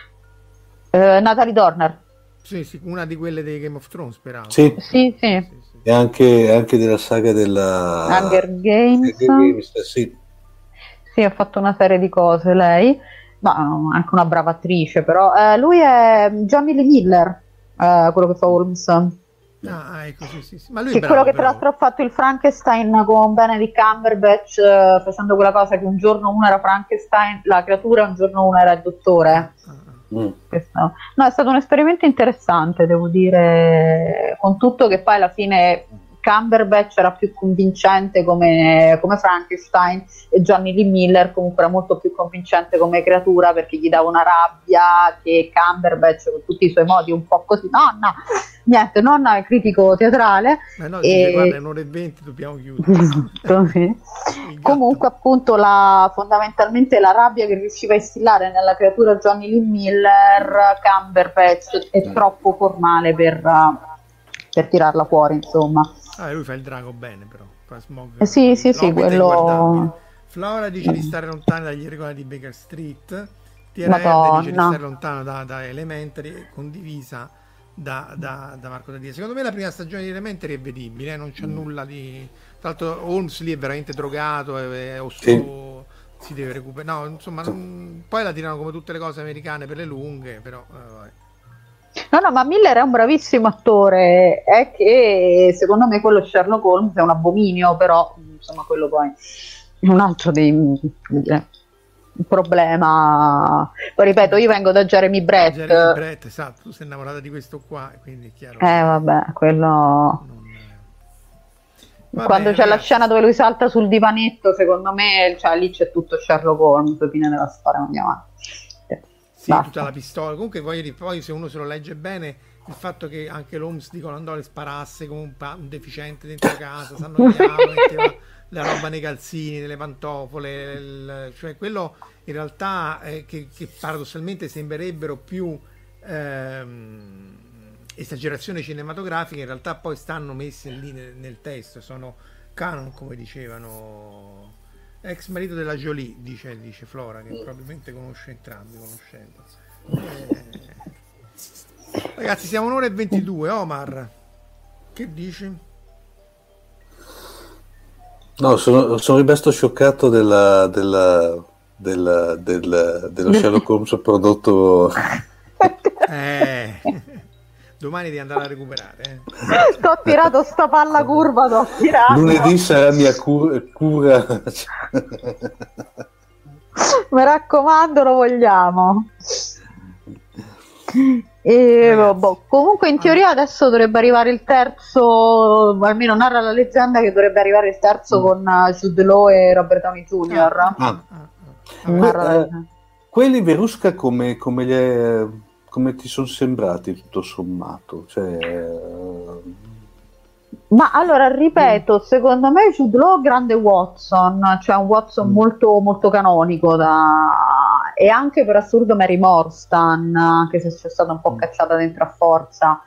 eh, Natalie Dorner. sì, sì, una di quelle dei Game of Thrones, peraltro. Sì, Sì, sì. Sì, sì. e anche, anche della saga della Hunger Games. Hunger Games, sì. Sì, ha fatto una serie di cose lei, ma no, anche una brava attrice, però. Eh, lui è Johnny Lee Miller, eh, quello che fa Holmes. Ah, ecco, sì, sì, sì. Ma lui Sì, è bravo, quello che tra però. l'altro ha fatto il Frankenstein con Benedict Cumberbatch, eh, facendo quella cosa che un giorno uno era Frankenstein, la creatura, un giorno uno era il dottore. Ah, ah. Mm. Questo- No, è stato un esperimento interessante, devo dire, con tutto che poi alla fine Cumberbatch era più convincente come, come Frankenstein e Johnny Lee Miller comunque era molto più convincente come creatura, perché gli dava una rabbia che Cumberbatch con tutti i suoi modi un po' così, nonna, niente, nonna è critico teatrale. Ma no, E- dice, guarda, è un'ora e venti, dobbiamo chiudere. Esatto, sì. Il gatto. Comunque appunto la, fondamentalmente la rabbia che riusciva a instillare nella creatura Johnny Lee Miller, Cumberbatch è troppo formale per, uh, per tirarla fuori, insomma. Ah, lui fa il drago bene, però. Fa Smog. Eh sì, sì, sì, L'Hobbit è quello- inguardabile. Flora dice di stare lontano dagli irregolari di Baker Street. Tiera Erde Madonna. dice di stare lontano da, da Elementary, condivisa da, da, da Marco Daddia. Secondo me la prima stagione di Elementary è vedibile, eh, non c'è nulla di... Tra l'altro Holmes lì è veramente drogato, è, è osso... Sì. si deve recuperare. No, insomma, non- poi la tirano come tutte le cose americane per le lunghe, però... eh, vabbè. No, no, ma Miller è un bravissimo attore, è che secondo me quello Sherlock Holmes è un abominio, però insomma quello poi è un altro dei come dire, un problema. Poi ripeto, io vengo da Jeremy Brett, Jeremy Brett, esatto, tu sei innamorata di questo qua, quindi è chiaro. eh vabbè, quello... Non- Va Quando bene, c'è la ragazzi. scena dove lui salta sul divanetto, secondo me, cioè, lì c'è tutto Sherlock Holmes, fine della storia, andiamo avanti. Sì, Basta. tutta la pistola. Comunque, voglio dire, poi se uno se lo legge bene, il fatto che anche l'Holmes di Conan Doyle sparasse come un, pa- un deficiente dentro casa, sanno il diavolo, metteva la roba nei calzini, nelle pantofole, il- cioè quello in realtà eh, che, che paradossalmente sembrerebbero più ehm, esagerazioni cinematografiche, in realtà poi stanno messe lì nel, nel testo, sono canon, come dicevano. Ex marito della Jolie, dice, dice Flora, che probabilmente conosce entrambi, conoscendo. Eh, Ragazzi, siamo un'ora e ventidue, Omar, che dici? No, sono, sono rimasto scioccato della, della, della, del, dello Sherlock Holmes prodotto. Eh, domani devi andare a recuperare. Eh. T'ho tirato sta palla curva, t'ho tirato. Lunedì sarà mia cura. cura. Mi raccomando, lo vogliamo. E, boh, comunque in teoria adesso dovrebbe arrivare il terzo, almeno narra la leggenda che dovrebbe arrivare il terzo mm. con Jude Law e Robert Downey junior Ah. Ah. Ah. Eh, quelli Verusca come, come, gli è, come ti sono sembrati tutto sommato? Cioè... Ma allora ripeto, secondo me Jude Law grande Watson, cioè un Watson mm. molto molto canonico da... e anche per assurdo Mary Morstan, anche se c'è stata un po' cacciata dentro a forza.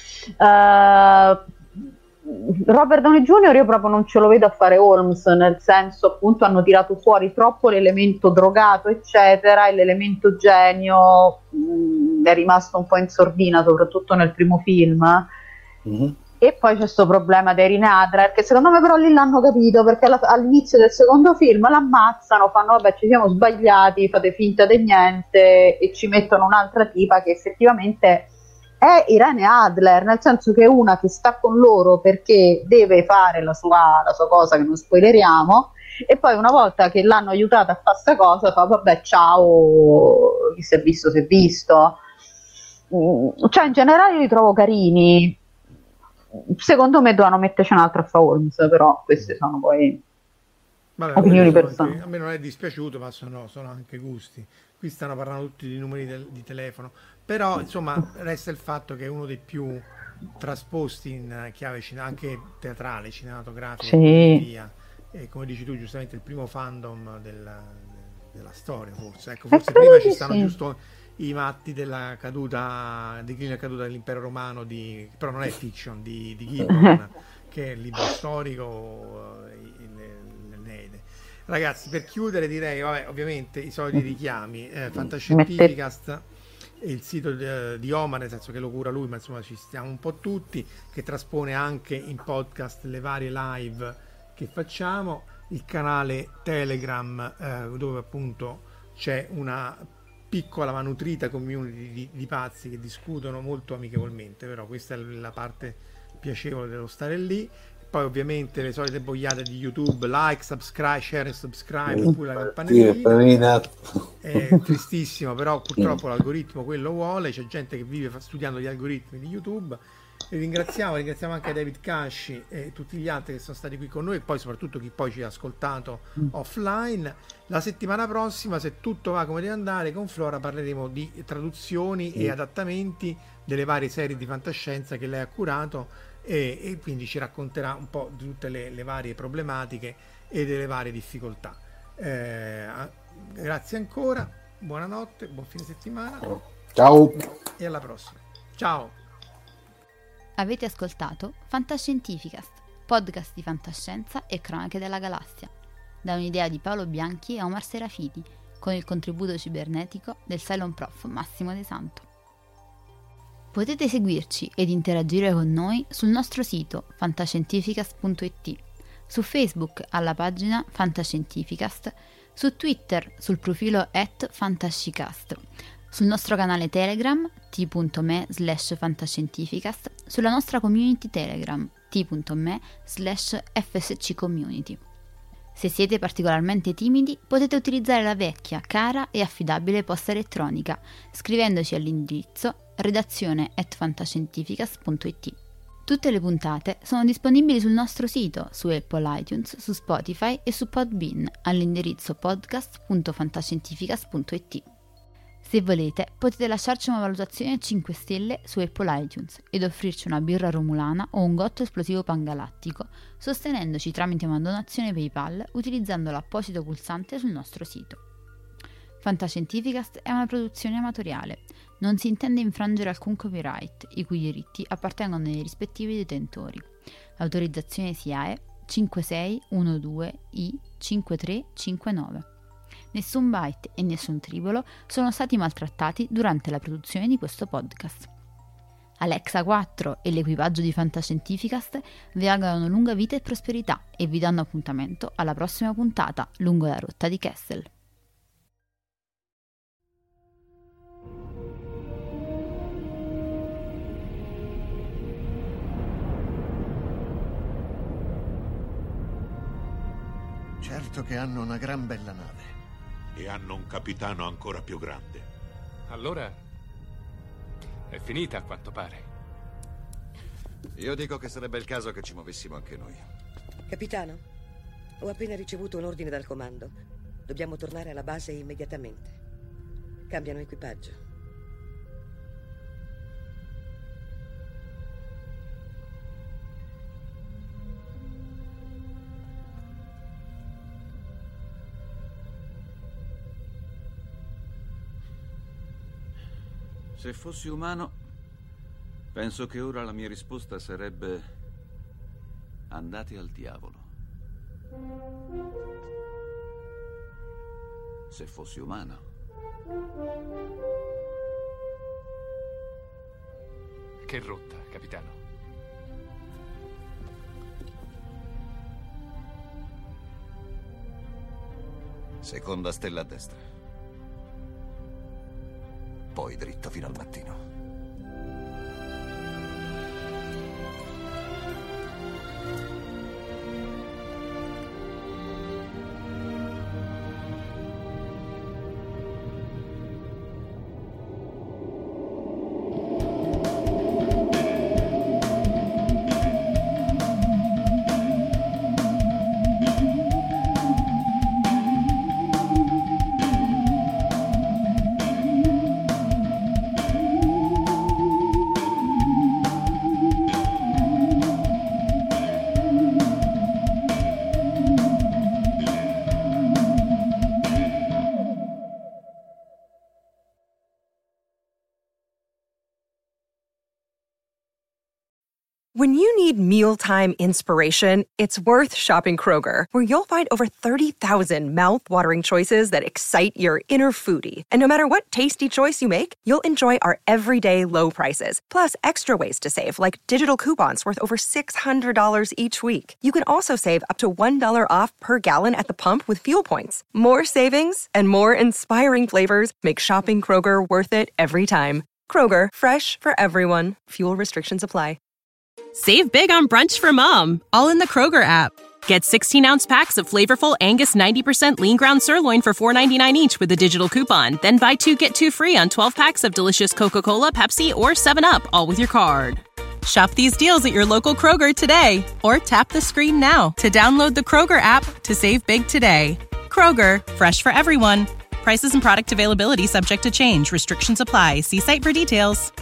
uh, Robert Downey junior io proprio non ce lo vedo a fare Holmes, nel senso appunto hanno tirato fuori troppo l'elemento drogato eccetera e l'elemento genio mh, è rimasto un po' in sordina soprattutto nel primo film. Mm-hmm. E poi c'è questo problema di Erin Adler, che secondo me però lì l'hanno capito, perché alla, all'inizio del secondo film l'ammazzano, fanno vabbè ci siamo sbagliati, fate finta di niente e ci mettono un'altra tipa che effettivamente è Irene Adler, nel senso che è una che sta con loro perché deve fare la sua, la sua cosa che non spoileriamo, e poi una volta che l'hanno aiutata a fare sta cosa fa vabbè ciao, chi si è visto si è visto. Cioè in generale li trovo carini. Secondo me dovevano metterci un'altra a Holmes, però queste sono poi Vabbè, opinioni personali. A me non è dispiaciuto, ma sono, sono anche gusti. Qui stanno parlando tutti di numeri del, di telefono, però insomma resta il fatto che è uno dei più trasposti in chiave cine, anche teatrale, cinematografica, sì. e via. E come dici tu giustamente il primo fandom della, della storia, forse. Ecco, forse prima ci stanno sì. giusto i matti della caduta di la caduta dell'impero romano di, però non è fiction di, di Gibbon che è il libro storico l'Eneide. Ragazzi, per chiudere direi vabbè, ovviamente i soliti richiami eh, Fantascientificast e il sito di, di Omar, nel senso che lo cura lui, ma insomma ci stiamo un po' tutti, che traspone anche in podcast le varie live che facciamo, il canale Telegram eh, dove appunto c'è una piccola ma nutrita community di, di pazzi che discutono molto amichevolmente, però questa è la parte piacevole dello stare lì. Poi ovviamente le solite boiate di YouTube, like, subscribe, share e subscribe, oppure la campanellina. È tristissimo, però purtroppo l'algoritmo quello vuole, c'è gente che vive studiando gli algoritmi di YouTube. E ringraziamo, ringraziamo anche David Casci e tutti gli altri che sono stati qui con noi, e poi soprattutto chi poi ci ha ascoltato offline. La settimana prossima, se tutto va come deve andare, con Flora parleremo di traduzioni e adattamenti delle varie serie di fantascienza che lei ha curato, e, e quindi ci racconterà un po' di tutte le, le varie problematiche e delle varie difficoltà. Eh, grazie ancora, buonanotte, buon fine settimana. Ciao. E alla prossima. Ciao. Avete ascoltato Fantascientificast, podcast di fantascienza e cronache della galassia, da un'idea di Paolo Bianchi e Omar Serafiti, con il contributo cibernetico del Cylon Prof Massimo De Santo. Potete seguirci ed interagire con noi sul nostro sito fantascientificast punto it, su Facebook alla pagina Fantascientificast, su Twitter sul profilo at fantascicast, sul nostro canale Telegram t.me slash fantascientificast, sulla nostra community Telegram t.me slash fsccommunity. Se siete particolarmente timidi potete utilizzare la vecchia, cara e affidabile posta elettronica scrivendoci all'indirizzo redazione at fantascientificast punto it. Tutte le puntate sono disponibili sul nostro sito, su Apple iTunes, su Spotify e su Podbean all'indirizzo podcast punto fantascientificast punto it. Se volete, potete lasciarci una valutazione a cinque stelle su Apple iTunes ed offrirci una birra romulana o un gotto esplosivo pangalattico, sostenendoci tramite una donazione PayPal utilizzando l'apposito pulsante sul nostro sito. Fantascientificast è una produzione amatoriale. Non si intende infrangere alcun copyright, i cui diritti appartengono ai rispettivi detentori. L'autorizzazione S I A E cinque sei uno due I cinque tre cinque nove. Nessun byte e nessun tribolo sono stati maltrattati durante la produzione di questo podcast. Alexa quattro e l'equipaggio di Fantascientificast vi augurano lunga vita e prosperità e vi danno appuntamento alla prossima puntata lungo la rotta di Kessel. Certo che hanno una gran bella nave. E hanno un capitano ancora più grande. Allora è finita, a quanto pare. Io dico che sarebbe il caso che ci muovessimo anche noi. Capitano, ho appena ricevuto un ordine dal comando. Dobbiamo tornare alla base immediatamente. Cambiano equipaggio. Se fossi umano, penso che ora la mia risposta sarebbe: andate al diavolo. Se fossi umano. Che rotta, capitano? Seconda stella a destra. Poi dritto fino al mattino. When you need mealtime inspiration, it's worth shopping Kroger, where you'll find over thirty thousand mouth-watering choices that excite your inner foodie. And no matter what tasty choice you make, you'll enjoy our everyday low prices, plus extra ways to save, like digital coupons worth over six hundred dollars each week. You can also save up to one dollar off per gallon at the pump with fuel points. More savings and more inspiring flavors make shopping Kroger worth it every time. Kroger, fresh for everyone. Fuel restrictions apply. Save big on brunch for mom, all in the Kroger app. Get sixteen-ounce packs of flavorful Angus ninety percent lean ground sirloin for four ninety-nine each with a digital coupon. Then buy two, get two free on twelve packs of delicious Coca-Cola, Pepsi, or seven up, all with your card. Shop these deals at your local Kroger today, or tap the screen now to download the Kroger app to save big today. Kroger, fresh for everyone. Prices and product availability subject to change. Restrictions apply. See site for details.